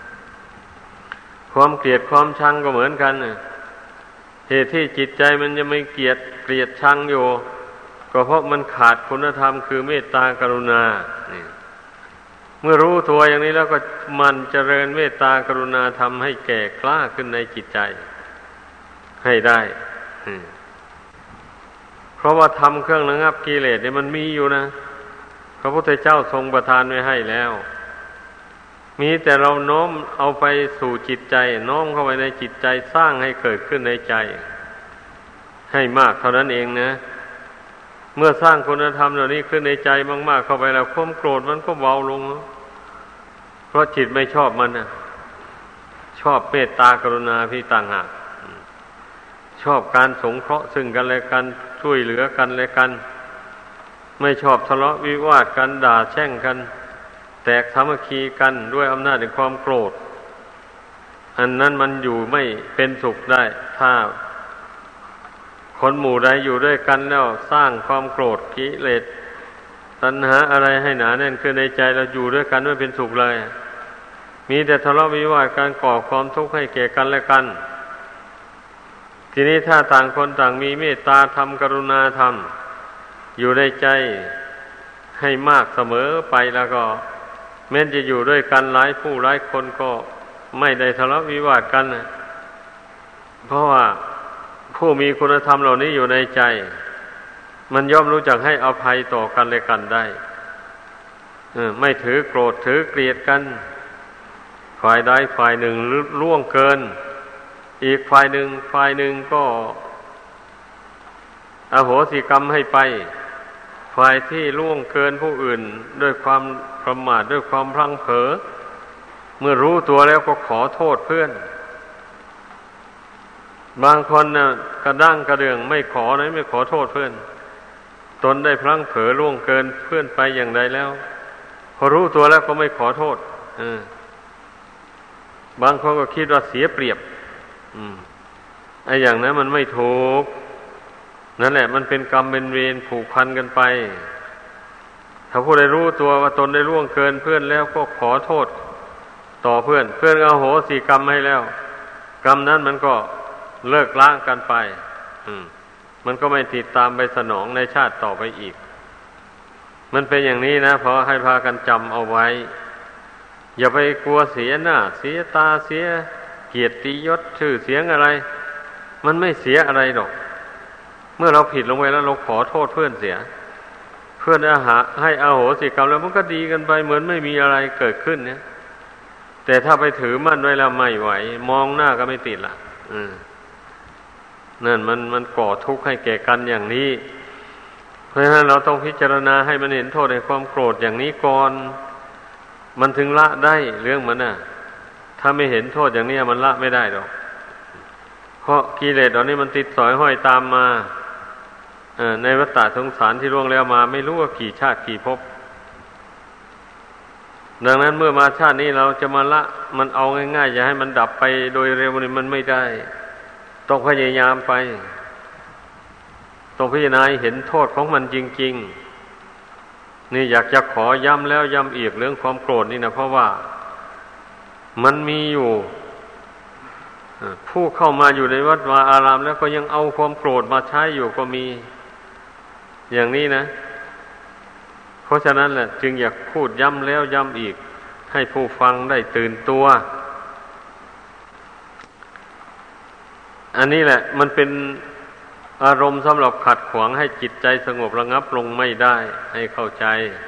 ความเกลียดความชังก็เหมือนกันเหตุที่จิตใจมันจะไม่เกลียดชังอยู่ก็เพราะมันขาดคุณธรรมคือเมตตากรุณาเมื่อรู้ตัวอย่างนี้แล้วก็มันเจริญเมตตากรุณาทำให้แก่กล้าขึ้นในจิตใจให้ได้เพราะว่าทำเครื่องระงับกิเลสเนี่ยมันมีอยู่นะพระพุทธเจ้าทรงประทานไว้ให้แล้วมีแต่เราโน้มเอาไปสู่จิตใจน้อมเข้าไปในจิตใจสร้างให้เกิดขึ้นในใจให้มากเท่านั้นเองนะเมื่อสร้างคุณธรรมเหล่านี้ขึ้นในใจมากๆเข้าไปแล้วความโกรธมันก็เบาลงเพราะจิตไม่ชอบมันนะชอบเมตตากรุณาพี่ต่างหากชอบการสงเคราะห์ซึ่งกันและกันช่วยเหลือกันและกันไม่ชอบทะเลาะวิวาทกันด่าแช่งกันแตกสามัคคีกันด้วยอำนาจแห่งความโกรธอันนั้นมันอยู่ไม่เป็นสุขได้ถ้าคนหมู่ใดอยู่ด้วยกันแล้วสร้างความโกรธกิเลสตัณหาอะไรให้หนาแน่นขึ้นในใจเราอยู่ด้วยกันไม่เป็นสุขเลยมีแต่ทะเลาะวิวาทการก่อความทุกข์ให้แก่กันและกันทีนี้ถ้าต่างคนต่างมีเมตตาธรรมกรุณาธรรมอยู่ในใจให้มากเสมอไปแล้วก็แม้จะอยู่ด้วยกันหลายผู้หลายคนก็ไม่ได้ทะเลาะวิวาทกันนะเพราะว่าผู้มีคุณธรรมเหล่านี้อยู่ในใจมันย่อมรู้จักให้อภัยต่อกันและกันได้ไม่ถือโกรธถือเกลียดกันฝ่ายใดฝ่ายหนึ่งล่วงเกินอีกฝ่ายหนึ่งก็อโหสิกรรมให้ไปฝ่ายที่ล่วงเกินผู้อื่นด้วยความประมาทด้วยความพลั้งเผลอเมื่อรู้ตัวแล้วก็ขอโทษเพื่อนบางคนน่ะกระด้างกระเดื่องไม่ขอโทษเพื่อนตนได้พลั้งเผลอล่วงเกินเพื่อนไปอย่างใดแล้วพอรู้ตัวแล้วก็ไม่ขอโทษบางคนก็คิดว่าเสียเปรียบไอ้อย่างนั้นมันไม่ถูกนั่นแหละมันเป็นกรรมเป็นเวรผูกพันกันไปถ้าผู้ใดรู้ตัวว่าตนได้ล่วงเกินเพื่อนแล้วก็ขอโทษต่อเพื่อนอโหสิกรรมให้แล้วกรรมนั้นมันก็เลิกล้างกันไปมันก็ไม่ติดตามไปสนองในชาติต่อไปอีกมันเป็นอย่างนี้นะเพราะให้พากันจำเอาไว้อย่าไปกลัวเสียหน้าเสียตาเสียเกียรติยศชื่อเสียงอะไรมันไม่เสียอะไรหรอกเมื่อเราผิดลงไปแล้วเราขอโทษเพื่อนเสียเพื่อนให้อโหสิกรรมแล้วมันก็ดีกันไปเหมือนไม่มีอะไรเกิดขึ้นเนี่ยแต่ถ้าไปถือมั่นไว้แล้วไม่ไหวมองหน้าก็ไม่ติดละนั่นมันก่อทุกข์ให้แก่กันอย่างนี้เพราะฉะนั้นเราต้องพิจารณาให้มันเห็นโทษในความโกรธอย่างนี้ก่อนมันถึงละได้เรื่องมันน่ะถ้าไม่เห็นโทษอย่างนี้มันละไม่ได้หรอกเพราะกิเลสตอนนี้มันติดสอยห้อยตามมาในวัฏฏะสงสารที่ล่วงแล้วมาไม่รู้ว่ากี่ชาติกี่ภพดังนั้นเมื่อมาชาตินี้เราจะมาละมันเอาง่ายๆอย่าให้มันดับไปโดยเร็วนี่มันไม่ได้ต้องพยายามไปต้องพิจารณาเห็นโทษของมันจริงๆนี่อยากจะขอย้ำแล้วย้ำอีกเรื่องความโกรธนี่นะเพราะว่ามันมีอยู่ผู้เข้ามาอยู่ในวัดวาอารามแล้วก็ยังเอาความโกรธมาใช้อยู่ก็มีอย่างนี้นะเพราะฉะนั้นแหละจึงอยากพูดย้ำแล้วย้ำอีกให้ผู้ฟังได้ตื่นตัวอันนี้แหละมันเป็นอารมณ์สำหรับขัดขวางให้จิตใจสงบระงับลงไม่ได้ให้เข้าใจ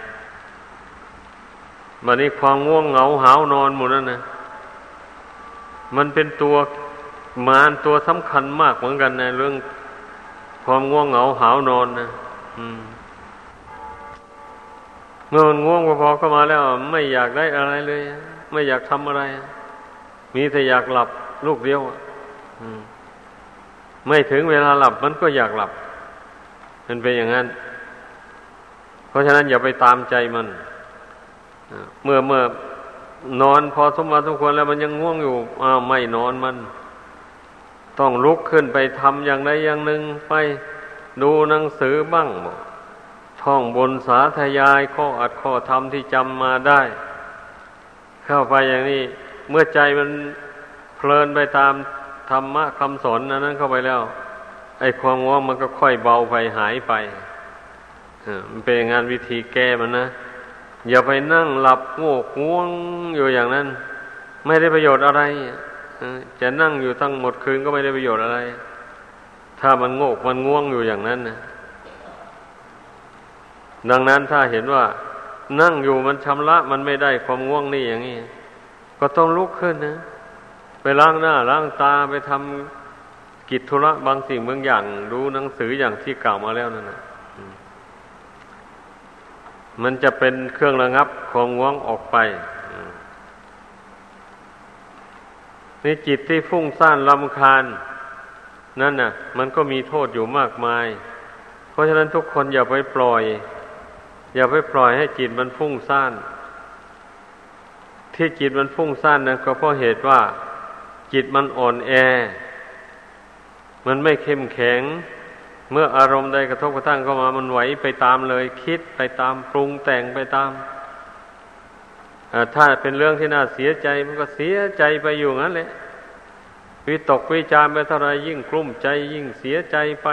บัดนี้ความง่วงเหงาหาวนอนหมดนั่นนะมันเป็นตัวมารตัวสำคัญมากเหมือนกันในเรื่องความง่วงเหงาหาวนอนนะเมื่อมันง่วงพอๆเข้ามาแล้วไม่อยากได้อะไรเลยไม่อยากทำอะไรมีแต่อยากหลับลูกเดียวไม่ถึงเวลาหลับมันก็อยากหลับมันเป็นอย่างนั้นเพราะฉะนั้นอย่าไปตามใจมันเมื่อนอนพอสมมาสมควรแล้วมันยังง่วงอยู่ไม่นอนมันต้องลุกขึ้นไปทำอย่างใดอย่างหนึ่งไปดูหนังสือบ้างท่องบนสาธยายข้ออัดข้อธรรมที่จำมาได้เข้าไปอย่างนี้เมื่อใจมันเพลินไปตามธรรมะคำสอนนั้นเข้าไปแล้วไอ้ความง่วงมันก็ค่อยเบาไปหายไปมันเป็นงานวิธีแก้มันนะอย่าไปนั่งหลับง่วงอยู่อย่างนั้นไม่ได้ประโยชน์อะไรจะนั่งอยู่ทั้งหมดคืนก็ไม่ได้ประโยชน์อะไรถ้ามันง่วงอยู่อย่างนั้นนะดังนั้นถ้าเห็นว่านั่งอยู่มันชำระมันไม่ได้ความง่วงนี่อย่างนี้ก็ต้องลุกขึ้นนะไปล้างหน้าล้างตาไปทำกิจธุระบางสิ่งบางอย่างดูหนังสืออย่างที่กล่าวมาแล้วนั่นนะมันจะเป็นเครื่องระงับความง่วงออกไปนี่จิตที่ฟุ้งซ่านรำคาญนั่นน่ะมันก็มีโทษอยู่มากมายเพราะฉะนั้นทุกคนอย่าไปปล่อยให้จิตมันฟุ้งซ่านที่จิตมันฟุ้งซ่านนั้นก็เพราะเหตุว่าจิตมันอ่อนแอมันไม่เข้มแข็งเมื่ออารมณ์ใดกระทบกระทั่งเข้ามามันไหวไปตามเลยคิดไปตามปรุงแต่งไปตามถ้าเป็นเรื่องที่น่าเสียใจมันก็เสียใจไปอยู่งั้นแหละวิตกวิจารณ์ไปเท่าไรยิ่งกลุ้มใจยิ่งเสียใจไป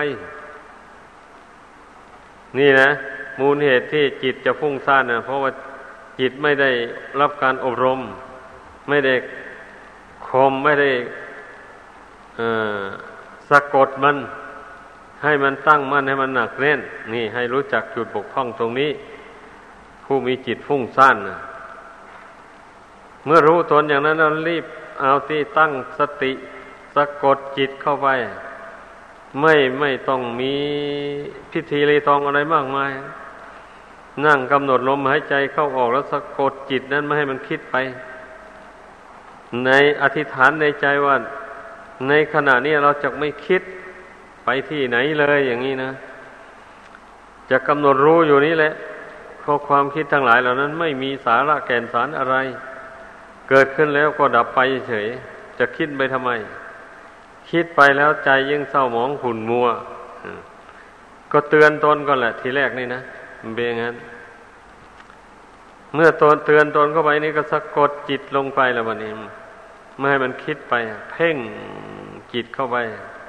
นี่นะมูลเหตุที่จิตจะฟุ้งซ่านนะเพราะว่าจิตไม่ได้รับการอบรมไม่ได้ไม่ได้สะกดมันให้มันตั้งมั่นให้มันหนักแน่นนี่ให้รู้จักจุดบกพร่องตรงนี้ผู้มีจิตฟุ้งซ่านนะเมื่อรู้ตนอย่างนั้นเรารีบเอาที่ตั้งสติสะกดจิตเข้าไปไม่ต้องมีพิธีรีตองอะไรมากมายนั่งกำหนดลมหายใจเข้าออกแล้วสะกดจิตนั้นไม่ให้มันคิดไปในอธิษฐานในใจว่าในขณะนี้เราจะไม่คิดไปที่ไหนเลยอย่างนี้นะจะกำหนดรู้อยู่นี้แหละเพราะความคิดทั้งหลายเหล่านั้นไม่มีสาระแก่นสารอะไรเกิดขึ้นแล้วก็ดับไปเฉยจะคิดไปทำไมคิดไปแล้วใจยิ่งเศร้าหมองขุ่นมัวก็เตือนตนก่อนแหละทีแรกนี่นะมันเป็นอย่างนั้นเมื่อตนเตือนตนเข้าไปนี่ก็สะกดจิตลงไปแล้ววันนี้ไม่ให้มันคิดไปเพ่งจิตเข้าไป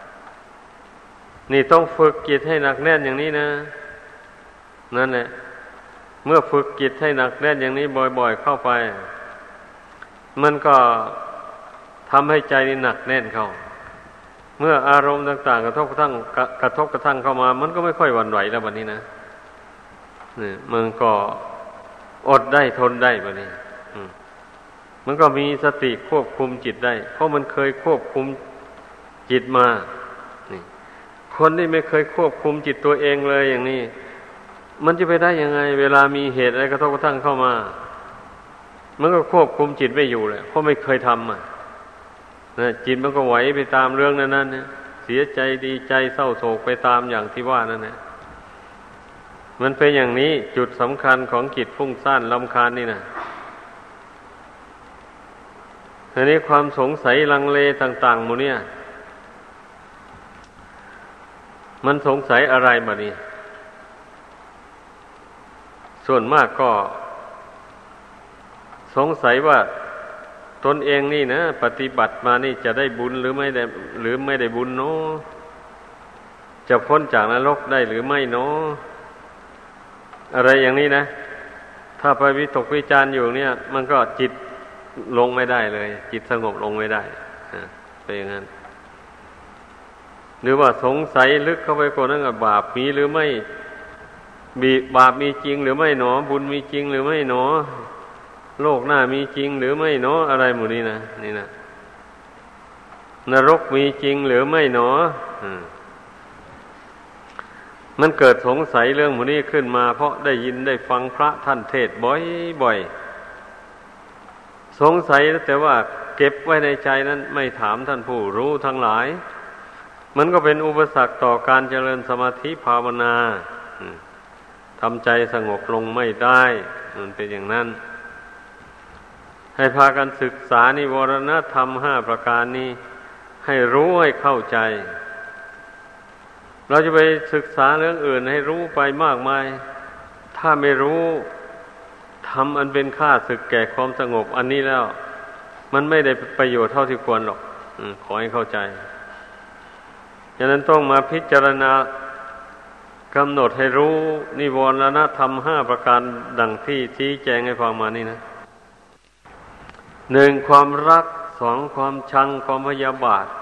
นี่ต้องฝึกจิตให้หนักแน่นอย่างนี้นะนั่นแหละเมื่อฝึกจิตให้หนักแน่นอย่างนี้บ่อยๆเข้าไปมันก็ทำให้ใจนี่หนักแน่นเข้าเมื่ออารมณ์ต่างๆกระทบกระทั่งเข้ามามันก็ไม่ค่อยหวั่นไหวแล้วบัดนี้นะนี่มันก็อดได้ทนได้บัดนี้มันก็มีสติควบคุมจิตได้เพราะมันเคยควบคุมจิตมานี่คนที่ไม่เคยควบคุมจิตตัวเองเลยอย่างนี้มันจะไปได้ยังไงเวลามีเหตุอะไรกระทบกระทั่งเข้ามามันก็ควบคุมจิตไม่อยู่แหละเพราะไม่เคยทำจิตมันก็ไหวไปตามเรื่องนั้นๆเนี่ยเสียใจดีใจเศร้าโศกไปตามอย่างที่ว่านั่นแหละมันเป็นอย่างนี้จุดสำคัญของจิตฟุ้งซ่านรำคาญนี่นะทีนี้ความสงสัยลังเลต่างๆหมู่เนี่ยมันสงสัยอะไรบัดนี้ส่วนมากก็สงสัยว่าตนเองนี่นะปฏิบัติมานี่จะได้บุญหรือไม่ได้บุญเนาะจะพ้นจากนรกได้หรือไม่เนาะอะไรอย่างนี้นะถ้าไปวิตกวิจารณ์อยู่เนี่ยมันก็จิตลงไม่ได้เลยจิตสงบลงไม่ได้เป็นอย่างนั้นหรือว่าสงสัยลึกเข้าไปกว่านั้นกับบาปมีหรือไม่บาปมีจริงหรือไม่หนอบุญมีจริงหรือไม่หนอโลกหน้ามีจริงหรือไม่หนออะไรหมดนี้นะนี่นะนรกมีจริงหรือไม่หนอมันเกิดสงสัยเรื่องหมดนี้ขึ้นมาเพราะได้ยินได้ฟังพระท่านเทศน์บ่อยๆสงสัยแต่ว่าเก็บไว้ในใจนั้นไม่ถามท่านผู้รู้ทั้งหลายมันก็เป็นอุปสรรคต่อการเจริญสมาธิภาวนาทำใจสงบลงไม่ได้มันเป็นอย่างนั้นให้พากันศึกษานิวรณธรรม5ประการนี้ให้รู้ให้เข้าใจเราจะไปศึกษาเรื่องอื่นให้รู้ไปมากมายถ้าไม่รู้ทำอันเป็นค่าศึกแก่ความสงบอันนี้แล้วมันไม่ได้ประโยชน์เท่าที่ควรหรอกขอให้เข้าใจฉะนั้นต้องมาพิจารณากำหนดให้รู้นิวรณธรรม5ประการดังที่ชี้แจงให้ฟังมานี่นะ 1. ความรัก 2. ความชังความพยาบาท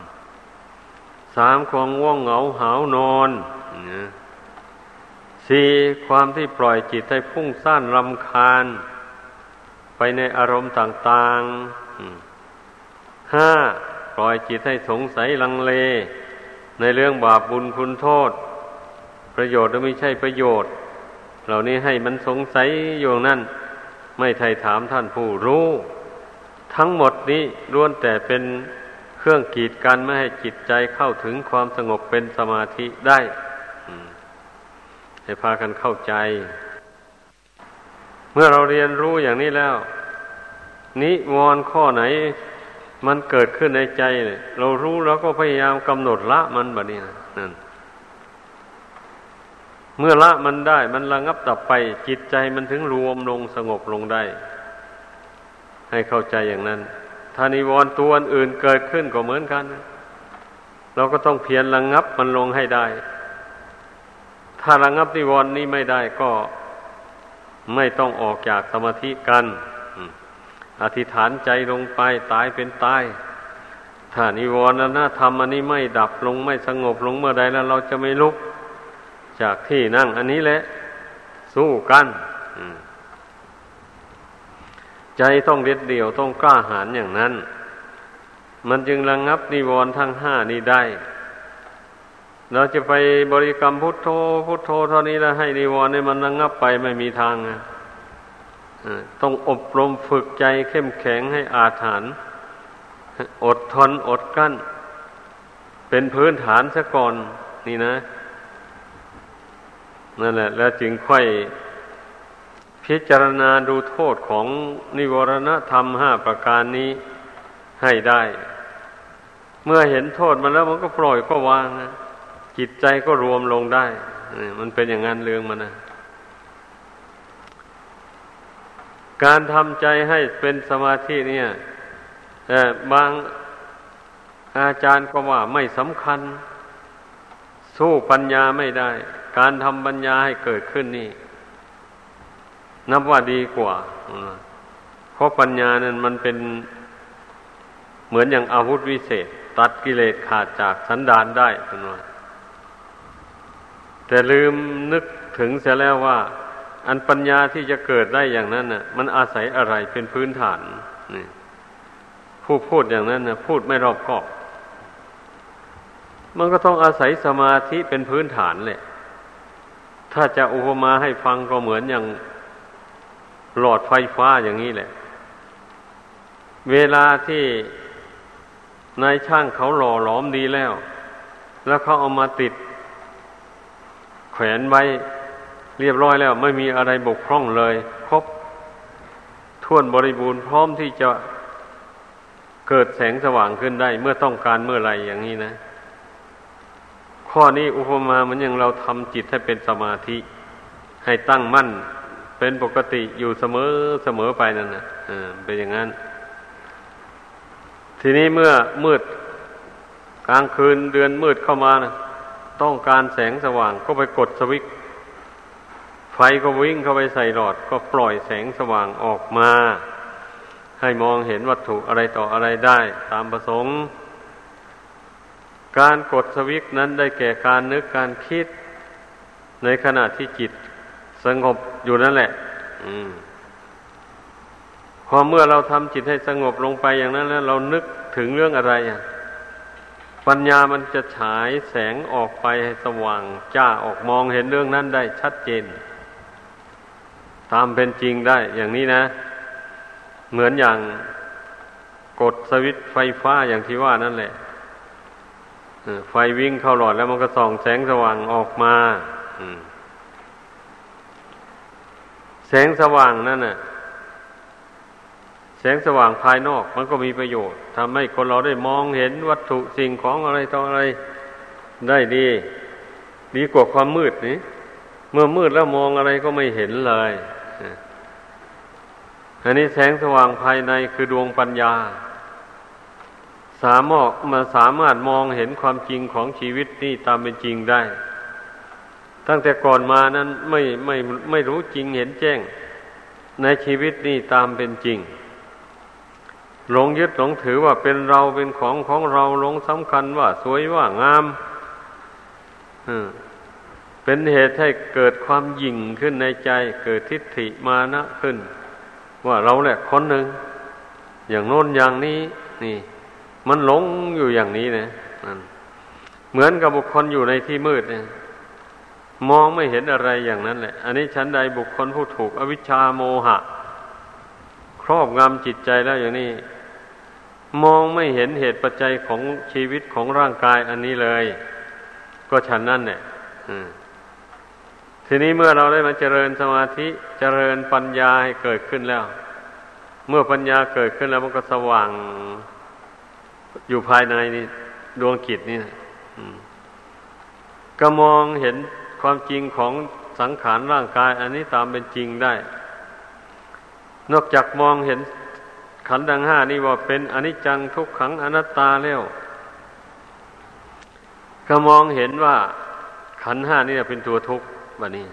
3. ความง่วงเหงาหาวนอน 4. ความที่ปล่อยจิตให้พุ่งซ่านรำคาญไปในอารมณ์ต่างๆ 5. ปล่อยจิตให้สงสัยลังเลในเรื่องบาปบุญคุณโทษประโยชน์หรือไม่ใช่ประโยชน์เหล่านี้ให้มันสงสัยอยู่นั่นไม่ไถ่ถามท่านผู้รู้ทั้งหมดนี้ล้วนแต่เป็นเครื่องกีดกันไม่ให้จิตใจเข้าถึงความสงบเป็นสมาธิได้ให้พากันเข้าใจเมื่อเราเรียนรู้อย่างนี้แล้วนิวรณ์ข้อไหนมันเกิดขึ้นในใจเรารู้แล้วก็พยายามกำหนดละมันบัดนี้นั่นเมื่อละมันได้มันระงับดับไปจิตใจมันถึงรวมลงสงบลงได้ให้เข้าใจอย่างนั้นถ้านิวรณ์ตัวอื่นเกิดขึ้นก็เหมือนกันเราก็ต้องเพียรระงับมันลงให้ได้ถ้าระงับนิวรณ์นี้ไม่ได้ก็ไม่ต้องออกจากสมาธิกันอธิษฐานใจลงไปตายเป็นตายถ้านิวรณธรรมอันนี้ไม่ดับลงไม่สงบลงเมื่อใดแล้วเราจะไม่ลุกจากที่นั่งอันนี้แหละสู้กันใจต้องเด็ดเดี่ยวต้องกล้าหาญอย่างนั้นมันจึงระงับนิวรณ์ทั้ง5นี้ได้เราจะไปบริกรรมพุทโธพุทโธเท่านี้แล้วให้นิวรณ์มันระงับไปไม่มีทางต้องอบรมฝึกใจเข้มแข็งให้อาถรรพ์อดทนอดกลั้นเป็นพื้นฐานซะก่อนนี่นะนั่นแหละแล้วจึงค่อยพิจารณาดูโทษของนิวรณธรรม5ประการนี้ให้ได้เมื่อเห็นโทษมันแล้วมันก็ปล่อยก็วางนะจิตใจก็รวมลงได้มันเป็นอย่างนั้นเรื่องมันนะการทำใจให้เป็นสมาธิเนี่ยบางอาจารย์ก็ว่าไม่สำคัญสู้ปัญญาไม่ได้การทำปัญญาให้เกิดขึ้นนี่นับว่าดีกว่าเพราะปัญญานั้นมันเป็นเหมือนอย่างอาวุธวิเศษตัดกิเลสขาดจากสันดานได้เป็นว่าแต่ลืมนึกถึงเสียแล้วว่าอันปัญญาที่จะเกิดได้อย่างนั้นน่ะมันอาศัยอะไรเป็นพื้นฐานนี่ผู้พูดอย่างนั้นน่ะพูดไม่รอบคอบมันก็ต้องอาศัยสมาธิเป็นพื้นฐานแหละถ้าจะอุปมาให้ฟังก็เหมือนอย่างหลอดไฟฟ้าอย่างนี้แหละเวลาที่นายช่างเขาหล่อหลอมดีแล้วเขาเอามาติดแขวนไว้เรียบร้อยแล้วไม่มีอะไรบกพร่องเลยครบถ้วนบริบูรณ์พร้อมที่จะเกิดแสงสว่างขึ้นได้เมื่อต้องการเมื่อไรอย่างนี้นะข้อนี้อุปมาเหมือนอย่างเราทำจิตให้เป็นสมาธิให้ตั้งมั่นเป็นปกติอยู่เสมอไปนั่นนะเป็นอย่างนั้นทีนี้เมื่อมืดกลางคืนเดือนมืดเข้ามานะต้องการแสงสว่างก็ไปกดสวิตช์ไฟก็วิ่งเข้าไปใส่หลอดก็ปล่อยแสงสว่างออกมาให้มองเห็นวัตถุอะไรต่ออะไรได้ตามประสงค์การกดสวิตช์นั้นได้แก่การนึกการคิดในขณะที่จิตสงบอยู่นั่นแหละพอเมื่อเราทำจิตให้สงบลงไปอย่างนั้นแล้วเรานึกถึงเรื่องอะไรปัญญามันจะฉายแสงออกไปให้สว่างจ้าออกมองเห็นเรื่องนั้นได้ชัดเจนตามเป็นจริงได้อย่างนี้นะเหมือนอย่างกดสวิตช์ไฟฟ้าอย่างที่ว่านั่นแหละไฟวิ่งเข้าหลอดแล้วมันก็ส่องแสงสว่างออกมาแสงสว่างนั่นน่ะแสงสว่างภายนอกมันก็มีประโยชน์ทำให้คนเราได้มองเห็นวัตถุสิ่งของอะไรต่ออะไรได้ดีกว่าความมืดนี่เมื่อมืดแล้วมองอะไรก็ไม่เห็นเลยอันนี้แสงสว่างภายในคือดวงปัญญาสามารถมองเห็นความจริงของชีวิตนี่ตามเป็นจริงได้ตั้งแต่ก่อนมานั้นไม่รู้จริงเห็นแจ้งในชีวิตนี่ตามเป็นจริงหลงยึดหลงถือว่าเป็นเราเป็นของเราหลงสำคัญว่าสวยว่างามเป็นเหตุให้เกิดความหยิ่งขึ้นในใจเกิดทิฏฐิมานะขึ้นว่าเราแหละคนหนึ่งอย่างโน้นอย่างนี้นี่มันหลงอยู่อย่างนี้นะเหมือนกับบุคคลอยู่ในที่มืดเนี่ยมองไม่เห็นอะไรอย่างนั้นแหละอันนี้ชั้นใดบุคคลผู้ถูกอวิชชาโมหะครอบงำจิตใจแล้วอย่างนี้มองไม่เห็นเหตุปัจจัยของชีวิตของร่างกายอันนี้เลยก็ฉันนั่นเนี่ยทีนี้เมื่อเราได้มาเจริญสมาธิเจริญปัญญาให้เกิดขึ้นแล้วเมื่อปัญญาเกิดขึ้นแล้วมันก็สว่างอยู่ภายในนี่ดวงจิตนี่นะก็มองเห็นความจริงของสังขารร่างกายอันนี้ตามเป็นจริงได้นอกจากมองเห็นขันธ์ทั้งห้านี่ว่าเป็นอนิจจังทุกขังอนัตตาแล้วก็มองเห็นว่าขันธ์ห้านี่เป็นตัวทุกข์แบบนี้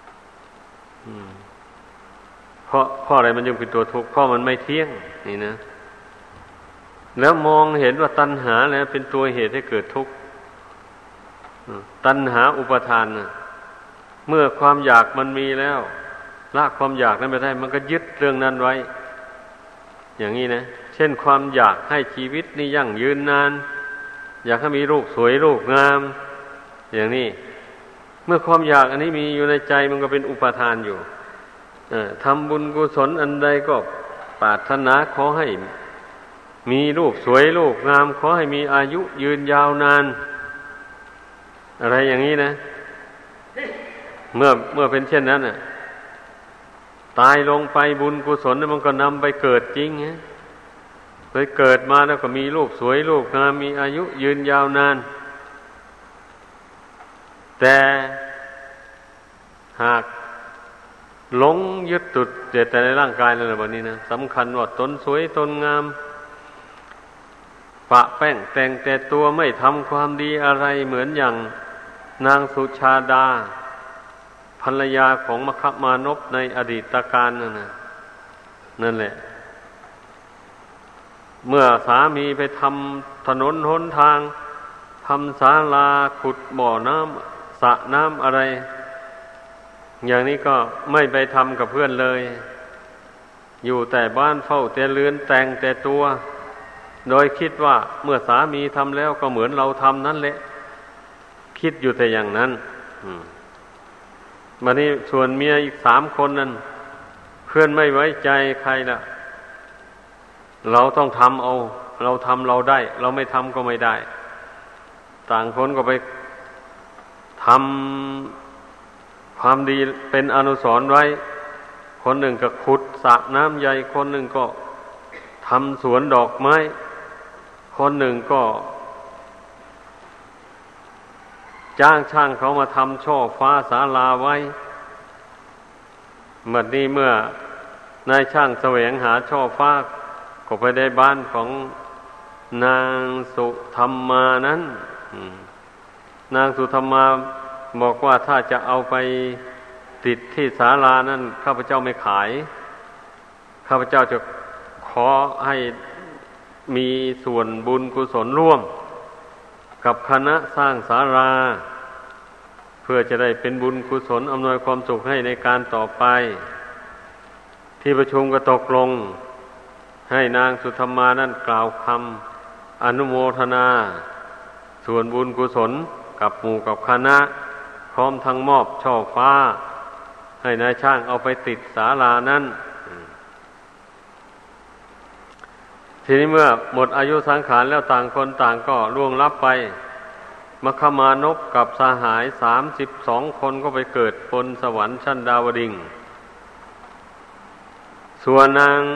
เพราะอะไรมันยังเป็นตัวทุกข์เพราะมันไม่เที่ยงนี่นะแล้วมองเห็นว่าตัณหาแล้วเป็นตัวเหตุให้เกิดทุกข์ตัณหาอุปทานนะเมื่อความอยากมันมีแล้วละความอยากนั้นไม่ได้มันก็ยึดเรื่องนั้นไว้อย่างนี้นะเช่นความอยากให้ชีวิตนี่ยั่งยืนนานอยากให้มีรูปสวยรูปงามอย่างนี้เมื่อความอยากอันนี้มีอยู่ในใจมันก็เป็นอุปทานอยู่ทำบุญกุศลอันใดก็ปรารถนาขอให้มีรูปสวยรูปงามขอให้มีอายุยืนยาวนานอะไรอย่างนี้นะเมื่อเป็นเช่นนั้นน่ะตายลงไปบุญกุศลมันก็นำไปเกิดจริงเลยเกิดมาแล้วก็มีรูปสวยรูปงามมีอายุยืนยาวนานแต่หากหลงยึดติดแต่ในร่างกายนั่นแหละวันนี้นะสำคัญว่าตนสวยตนงามปะแป้งแต่งแต่ตัวไม่ทำความดีอะไรเหมือนอย่างนางสุชาดาภรรยาของมคมานพในอดีตการนั่นแหละเมื่อสามีไปทำถนนหนทางทำศาลาขุดบ่อน้ำสระน้ำอะไรอย่างนี้ก็ไม่ไปทำกับเพื่อนเลยอยู่แต่บ้านเฝ้าแต่เรือนแต่งแต่ตัวโดยคิดว่าเมื่อสามีทำแล้วก็เหมือนเราทำนั่นแหละคิดอยู่แต่อย่างนั้นบัดนี้ส่วนเมียอีก3 คนนั้นเพื่อนไม่ไว้ใจใครล่ะเราต้องทำเอาเราทำเราได้เราไม่ทำก็ไม่ได้ต่างคนก็ไปทำความดีเป็นอนุสรณ์ไว้คนหนึ่งก็ขุดสระน้ำใหญ่คนหนึ่งก็ทำสวนดอกไม้คนหนึ่งก็จ้างช่างเขามาทำช่อฟ้าศาลาไว้บัดนี้เมื่อนายช่างแสวงหาช่อฟ้าก็ไปได้บ้านของนางสุธรรมานั้นนางสุธรรมาบอกว่าถ้าจะเอาไปติดที่ศาลานั้นข้าพเจ้าไม่ขายข้าพเจ้าจะขอให้มีส่วนบุญกุศลร่วมกับคณะสร้างศาลาเพื่อจะได้เป็นบุญกุศลอำนวยความสุขให้ในการต่อไปที่ประชุมก็ตกลงให้นางสุธรรมานั้นกล่าวคำอนุโมทนาส่วนบุญกุศลกับหมู่กับคณะพร้อมทั้งมอบช่อฟ้าให้นายช่างเอาไปติดศาลานั้นทีนี้เมื่อหมดอายุสังขารแล้วต่างคนต่างก็ล่วงลับไปมคมานพกับสหาย32 คนก็ไปเกิดบนสวรรค์ชั้นดาวดึงส์ส่วนนาง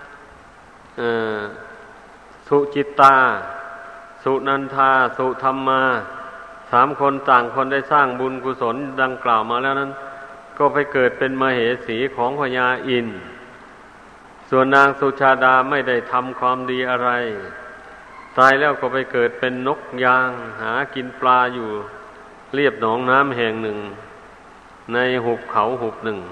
สุจิตตาสุนันทาสุธรรมา3 คนต่างคนได้สร้างบุญกุศลดังกล่าวมาแล้วนั้นก็ไปเกิดเป็นมเหสีของพญาอินทร์ส่วนนางสุชาดาไม่ได้ทำความดีอะไรตายแล้วก็ไปเกิดเป็นนกยางหากินปลาอยู่เรียบหนองน้ำแห่งหนึ่งในหุบเขาหุบหนึ่ง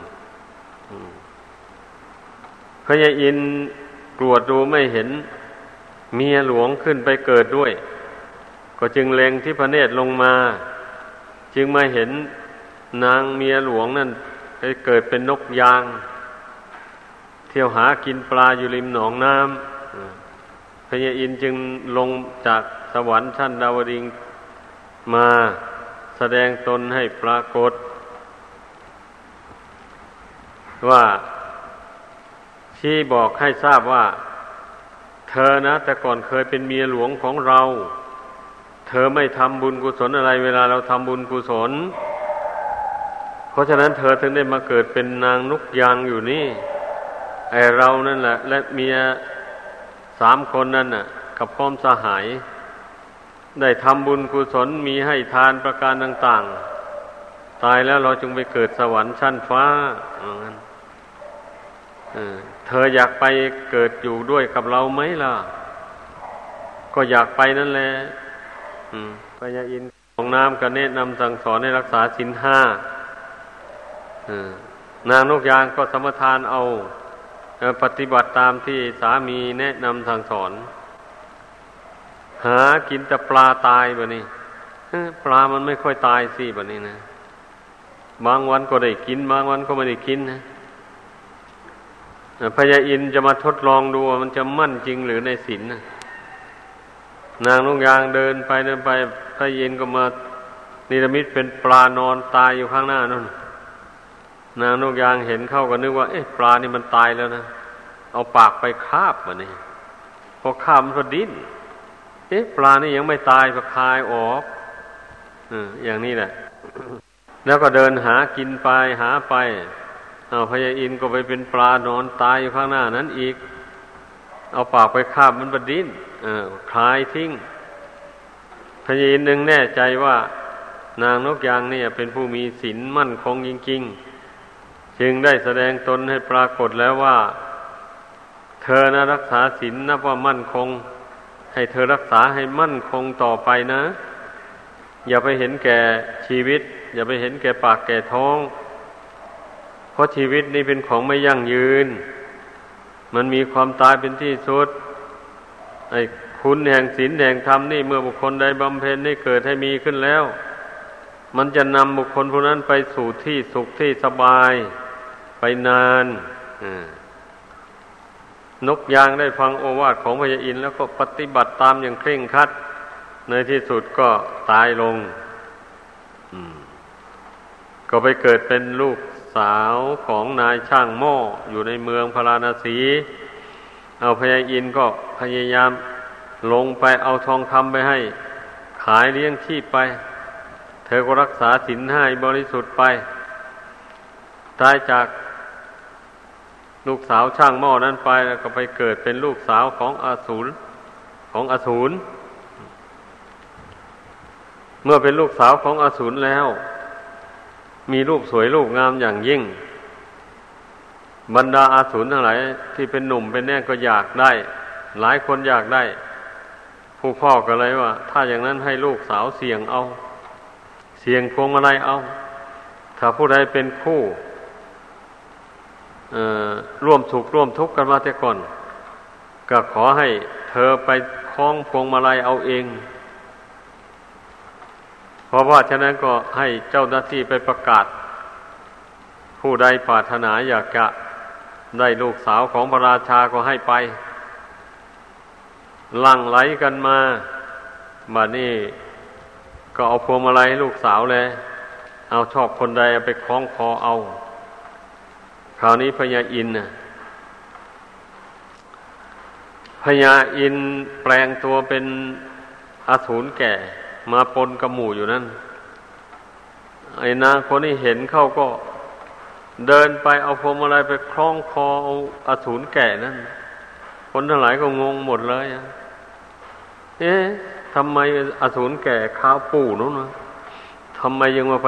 พญาอินทร์กรวดดูไม่เห็นเมียหลวงขึ้นไปเกิดด้วยก็จึงเล็งที่พระเนตรลงมาจึงมาเห็นนางเมียหลวงนั่นไปเกิดเป็นนกยางเที่ยวหากินปลาอยู่ริมหนองน้ำพญาอินทร์จึงลงจากสวรรค์ชั้นดาวดึงส์มาแสดงตนให้ปรากฏว่าชี้บอกให้ทราบว่าเธอนะแต่ก่อนเคยเป็นเมียหลวงของเราเธอไม่ทำบุญกุศลอะไรเวลาเราทำบุญกุศลเพราะฉะนั้นเธอถึงได้มาเกิดเป็นนางนกยางอยู่นี่ไอเรานั่นแหละและเมีย3 คนนั่นน่ะกับพร้อมสหายได้ทำบุญกุศลมีให้ทานประการต่างๆตายแล้วเราจึงไปเกิดสวรรค์ชั้นฟ้าเธออยากไปเกิดอยู่ด้วยกับเราไหมล่ะก็อยากไปนั่นแหละพญาอินทร์ของน้ำก็แนะนำสั่งสอนให้รักษาศีล 5นางนกยางก็สมทานเอาปฏิบัติตามที่สามีแนะนำสั่งสอนหากินแต่ปลาตายแบบนี้ปลามันไม่ค่อยตายสิแบบนี้นะบางวันก็ได้กินบางวันก็ไม่ได้กินนะพญาอินทร์จะมาทดลองดูว่ามันจะมั่นจริงหรือในศีลนะนางนกยางเดินไปพญาอินทร์ก็มานิรมิตเป็นปลานอนตายอยู่ข้างหน้านั่นนางนกยางเห็นเข้าก็นึกว่าปลานี่มันตายแล้วนะเอาปากไปคาบมันนี่พอคาบมันก็ดิ้นปลานี่ยังไม่ตายก็คายออกอย่างนี้แหละแล้วก็เดินหากินไปหาไปพญาอินทร์ก็ไปเป็นปลานอนตายอยู่ข้างหน้านั้นอีกเอาปากไปคาบมันบดิ้นคลายทิ้งพญาอินทร์หนึ่งแน่ใจว่านางนกยางเนี่ยเป็นผู้มีศีลมั่นคงจริงๆจึงได้แสดงตนให้ปรากฏแล้วว่าเธอนะรักษาศีลนับว่ามั่นคงให้เธอรักษาให้มั่นคงต่อไปนะอย่าไปเห็นแก่ชีวิตอย่าไปเห็นแก่ปากแก่ท้องเพราะชีวิตนี้เป็นของไม่ยั่งยืนมันมีความตายเป็นที่สุดไอ้คุณแห่งศีลแห่งธรรมนี่เมื่อบุคคลใดบำเพ็ญให้เกิดให้มีขึ้นแล้วมันจะนำบุคคลผู้นั้นไปสู่ที่สุขที่สบายไปนานนกยางได้ฟังโอวาทของพญาอินทร์แล้วก็ปฏิบัติตามอย่างเคร่งครัดในที่สุดก็ตายลงก็ไปเกิดเป็นลูกสาวของนายช่างหม้ออยู่ในเมืองพาราณสีเอาพญาอินทร์ก็พยายามลงไปเอาทองคำไปให้ขายเลี้ยงชีพไปเธอก็รักษาศีลห้าบริสุทธิ์ไปตายจากลูกสาวช่างหม้อนั้นไปแล้วก็ไปเกิดเป็นลูกสาวของอสูรเมื่อเป็นลูกสาวของอสูรแล้วมีรูปสวยรูปงามอย่างยิ่งบรรดาอสูรทั้งหลายที่เป็นหนุ่มเป็นแน่ก็อยากได้หลายคนอยากได้ผู้พ่อก็เลยว่าถ้าอย่างนั้นให้ลูกสาวเสี่ยงเอาเสี่ยงพวงมาลัยเอาถ้าผู้ใดเป็นคู่ร่วมสุขร่วมทุกข์กันมาแต่ก่อนก็ขอให้เธอไปคล้องพวงมาลัยเอาเองเพราะว่าฉะนั้นก็ให้เจ้าหน้าที่ไปประกาศผู้ใดปรารถนาอยากจะได้ลูกสาวของพระราชาก็ให้ไปหลั่งไหลกันมาบัดนี้ก็เอาพวงมาลัยให้ลูกสาวเลยเอาชอบคนใดเอาไปคล้องคอเอาคราวนี้พญาอินทร์พญาอินทร์แปลงตัวเป็นอสูรแก่มาปนกับหมู่อยู่นั่นไอ้นางคนนี้เห็นเข้าก็เดินไปเอาพวงมาลัยไปคล้องคอเอาอสูรแก่นั่นคนทั้งหลายก็งงหมดเลยทำไมอสูรแก่ข้าวปู่นู้นนะทำไมยังมาไป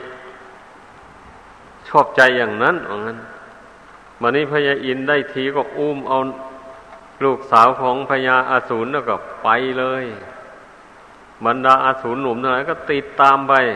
ชอบใจอย่างนั้นว่างั้นวันนี้พญาอินทร์ได้ทีก็อุ้มเอาลูกสาวของพญาอสูรแล้วก็ไปเลยบรรดาอสูรหนุ่มทั้งหลายก็ติดตามไป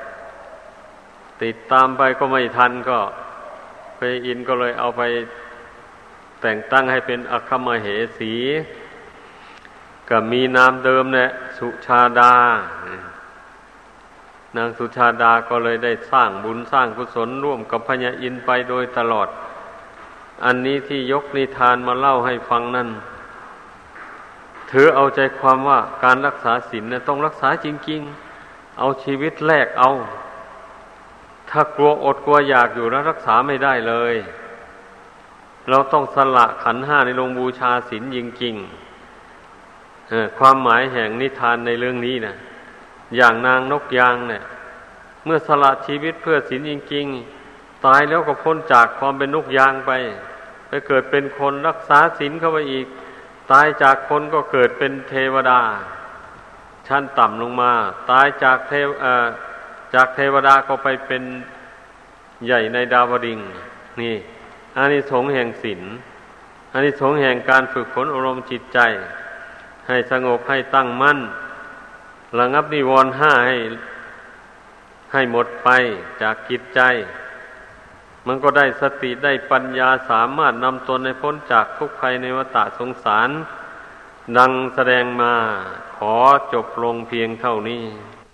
ก็ไม่ทันก็พญาอินทร์ก็เลยเอาไปแต่งตั้งให้เป็นอัคคมเหสีก็มีนามเดิมเนี่ยสุชาดานางสุชาดาก็เลยได้สร้างบุญสร้างกุศลร่วมกับพญาอินทร์ไปโดยตลอดอันนี้ที่ยกนิทานมาเล่าให้ฟังนั่นถือเอาใจความว่าการรักษาศีลเนี่ยต้องรักษาจริงๆเอาชีวิตแลกเอาถ้ากลัวอดกลัวอยากอยู่แล้วรักษาไม่ได้เลยเราต้องสละขันธ์ห้าในลงบูชาศีลจริงๆความหมายแห่งนิทานในเรื่องนี้นะอย่างนางนกยางเนี่ยเมื่อสละชีวิตเพื่อศีลจริงๆตายแล้วก็พ้นจากความเป็นนกยางไปเกิดเป็นคนรักษาศีลเข้าไปอีกตายจากคนก็เกิดเป็นเทวดาชั้นต่ำลงมาตายจากเทวดาก็ไปเป็นใหญ่ในดาวดึงส์นี่อานิสงส์แห่งศีลอานิสงส์แห่งการฝึกฝนอบรมจิตใจให้สงบให้ตั้งมั่นระงับนิวรณ์ห้าให้หมดไปจากจิตใจมันก็ได้สติได้ปัญญาสามารถนำตนให้พ้นจากทุกข์ภัยในวัฏสงสารดังแสดงมาขอจบลงเพียงเท่านี้